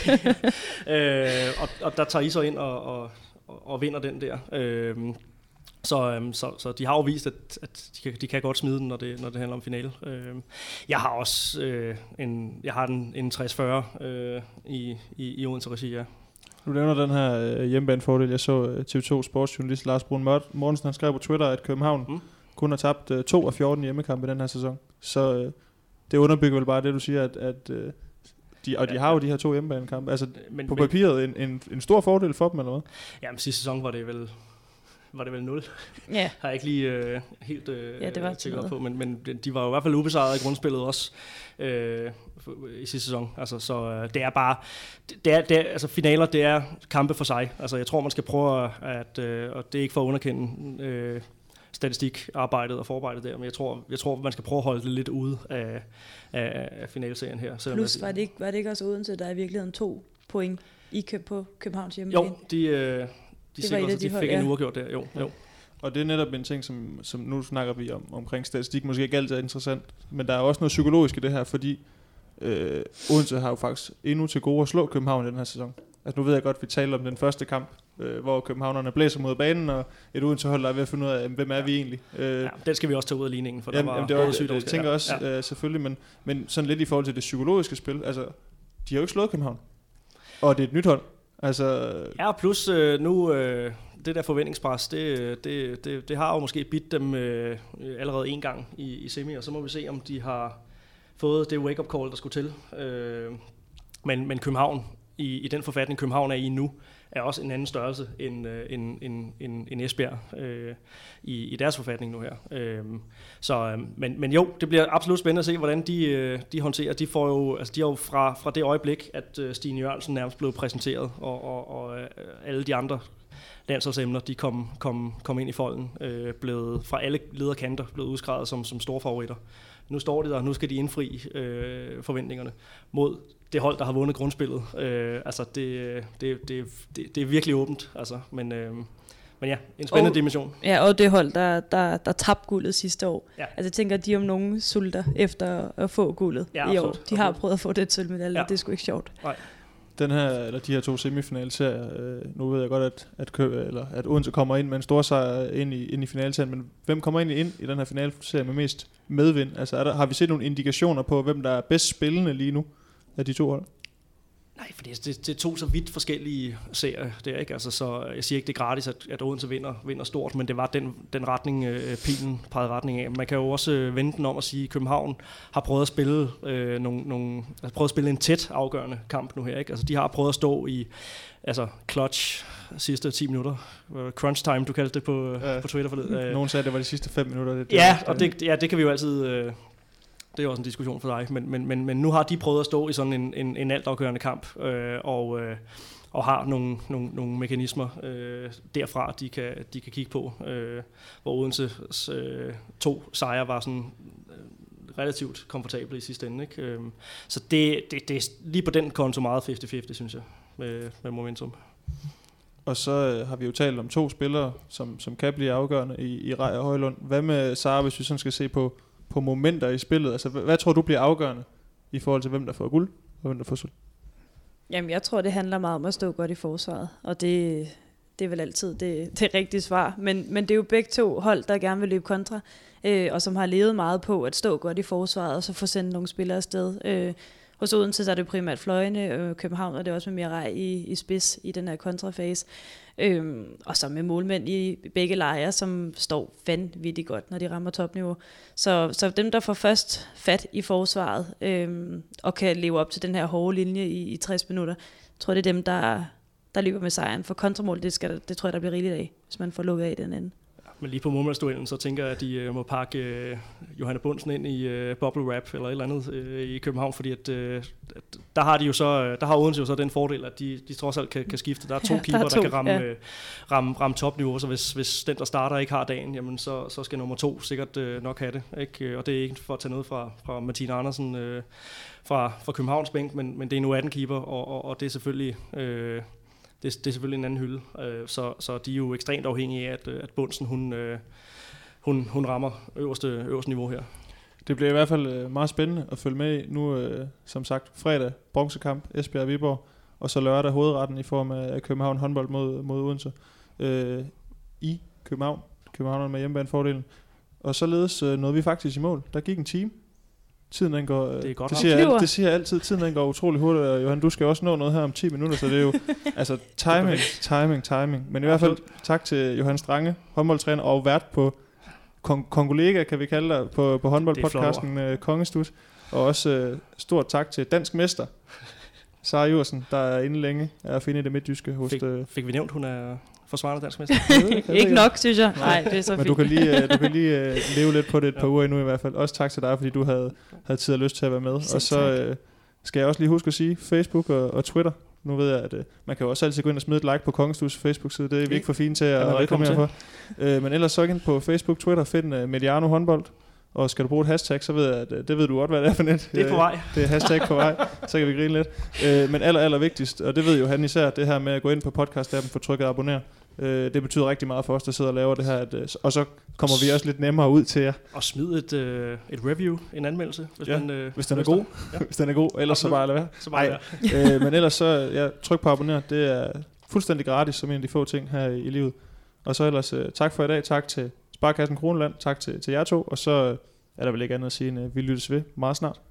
Og der tager I så ind og vinder den der. Så de har jo vist, at de kan godt smide den, når det handler om finale. Jeg har også en 60-40 i Odense regi, ja. Du nævner den her hjemmebanefordel. Jeg så TV2 sportsjournalist Lars Brun Mortensen, han skrev på Twitter, at København kun har tabt 2 af 14 hjemmekampe i den her sæson. Så det underbygger vel bare det, du siger, at de har jo de her 2 hjemmebanekampe. Altså på papiret en stor fordel for dem, eller hvad? Ja, men sidste sæson var det vel 0. Ja. Har jeg ikke lige helt tjekket op på, men de var jo i hvert fald ubesejret i grundspillet også i sidste sæson. Altså, så det er bare, altså finaler, det er kampe for sig. Altså jeg tror, man skal prøve at, og det er ikke for at underkende statistikarbejdet og forarbejdet der, men jeg tror man skal prøve at holde det lidt ude af finalserien her. Plus var det ikke også Odense, der i virkeligheden 2 point på Københavns hjemmebane? Jo, de fik en uafgjort der, jo. Og det er netop en ting, som nu snakker vi omkring statistik, måske ikke altid er interessant, men der er også noget psykologisk i det her, fordi Odense har jo faktisk endnu til gode at slå København i den her sæson. Altså nu ved jeg godt, at vi taler om den første kamp, hvor københavnerne blæser mod banen, og et Odense-hold, der er ved at finde ud af, hvem er vi egentlig. Den skal vi også tage ud af ligningen, for der var det var sygdom. Jeg tænker også, selvfølgelig, men sådan lidt i forhold til det psykologiske spil, altså de har jo ikke slået København, og det er et nyt hold. Altså... Ja, plus nu... det der forventningspres, det har jo måske bidt dem allerede en gang i semi, og så må vi se, om de har fået det wake-up call, der skulle til. Men København, i den forfatning København er i nu, er også en anden størrelse end Esbjerg i deres forfatning nu her. Men jo, det bliver absolut spændende at se, hvordan de håndterer. De får jo, altså de er jo fra det øjeblik, at Stine Jørgensen nærmest blev præsenteret, og alle de andre landsholdsemner, de kom ind i folden, blevet fra alle lederkanter blevet udskrevet som store favoritter. Nu står de der, nu skal de indfri forventningerne mod det hold, der har vundet grundspillet. Altså det er virkelig åbent, altså, men ja, en spændende dimension. Ja, og det hold, der tabte guldet sidste år. Ja. Altså jeg tænker, at de om nogen sulter efter at få guldet i år. De har prøvet at få det sølvmedalje, det er sgu ikke sjovt. Nej. De her 2 semifinalserier, nu ved jeg godt, at Odense kommer ind med en stor sejr ind i finalserien, men hvem kommer egentlig ind i den her finalserie med mest medvind? Altså har vi set nogle indikationer på, hvem der er bedst spillende lige nu af de 2 hold? Nej, for det er 2 så vidt forskellige serier der, ikke? Altså, så jeg siger ikke, det er gratis, at Odense vinder stort, men det var den retning, pilen pegede retning af. Man kan jo også vende den om at sige, at København har prøvet at spille en tæt afgørende kamp nu her, ikke? Altså, de har prøvet at stå i clutch sidste 10 minutter. Crunch time, du kaldte det på Twitter forleden. Nogen sagde, at det var de sidste 5 minutter. Det kan vi jo altid... Det er også en diskussion for dig, men nu har de prøvet at stå i sådan en altafgørende kamp, og har nogle mekanismer derfra, de kan kigge på, hvor Odenses 2 sejre var sådan relativt komfortable i sidste ende, ikke? Så det er lige på den konto meget 50-50, synes jeg, med momentum. Og så har vi jo talt om 2 spillere, som kan blive afgørende i Rej og Højlund. Hvad med Sara, hvis vi sådan skal se på momenter i spillet? Altså, hvad tror du bliver afgørende i forhold til, hvem der får guld og hvem der får sølv? Jamen, jeg tror, det handler meget om at stå godt i forsvaret, og det er vel altid det rigtige svar. Men det er jo begge 2 hold, der gerne vil løbe kontra, og som har levet meget på at stå godt i forsvaret, og så få sendt nogle spillere afsted. Hos Odense så er det primært fløjene, København, og det er også med Mirai i spids i den her kontrafase. Og så med målmænd i begge lejre, som står vanvittigt godt, når de rammer topniveau. Så dem, der får først fat i forsvaret, og kan leve op til den her hårde linje i 60 minutter, tror jeg, det er dem, der løber med sejren. For kontramål, det tror jeg, der bliver rigeligt af, hvis man får lukket af den ende. Men lige på målmandsduellen, så tænker jeg, at de må pakke Johanne Bundsen ind i bubble wrap eller et eller andet i København, fordi at der har Odense jo så den fordel, at de trods alt kan skifte. Der er 2 keeper, der kan ramme topniveau, så hvis den, der starter, ikke har dagen, jamen så skal nummer 2 sikkert nok have det, ikke? Og det er ikke for at tage noget fra Martine Andersen fra Københavns bænk, men det er nu 18 keeper, og det er selvfølgelig... Det er selvfølgelig en anden hylde, så de er jo ekstremt afhængige af, at Bundsen hun rammer øverste niveau her. Det bliver i hvert fald meget spændende at følge med i. Nu, som sagt, fredag bronzekamp, Esbjerg og Viborg, og så lørdag hovedretten i form af København håndbold mod Odense i København. København med hjemmebanefordelen. Og således nåede vi faktisk i mål. Der gik en time. Tiden den går, det siger jeg altid, tiden den går utrolig hurtigt, og Johan, du skal også nå noget her om 10 minutter, så det er jo altså timing. Men i hvert fald tak til Johan Strange, håndboldtræner og vært på Kongolega, kan vi kalde dig, på håndboldpodcasten Kongestus, og også stort tak til dansk mester Sara Iversen, der er inde længe at finde i det midtjyske hos. Fik vi nævnt, hun er forsvarende dansk mester? Ikke nok, synes jeg. Nej, det er så fint. Men du kan lige leve lidt på det et par uger endnu i hvert fald. Også tak til dig, fordi du havde tid og lyst til at være med. Og så skal jeg også lige huske at sige Facebook og Twitter. Nu ved jeg, at man kan jo også altid gå ind og smide et like på Kongestus Facebook-side. Det er vi ikke for fine til at reklamere for. Men ellers så ind på Facebook, Twitter, find Mediano håndbold. Og skal du bruge et hashtag, så ved jeg, at det ved du godt, hvad det er for net. Det er på vej. Det er hashtag på vej, så kan vi grine lidt. Men aller vigtigst, og det ved jo han især, det her med at gå ind på podcast-appen, få trykket abonner. Det betyder rigtig meget for os, der sidder og laver det her. Og så kommer vi også lidt nemmere ud til jer. Og smid et review, en anmeldelse, hvis den er god. Ja. Hvis den er god, ellers så bare lade være. Men ellers så tryk på abonner. Det er fuldstændig gratis, som en af de få ting her i livet. Og så ellers tak for i dag. Tak til Sparekassen Kroneland. Tak til jer 2. Og så er der vel ikke andet at sige, end vi lyttes ved meget snart.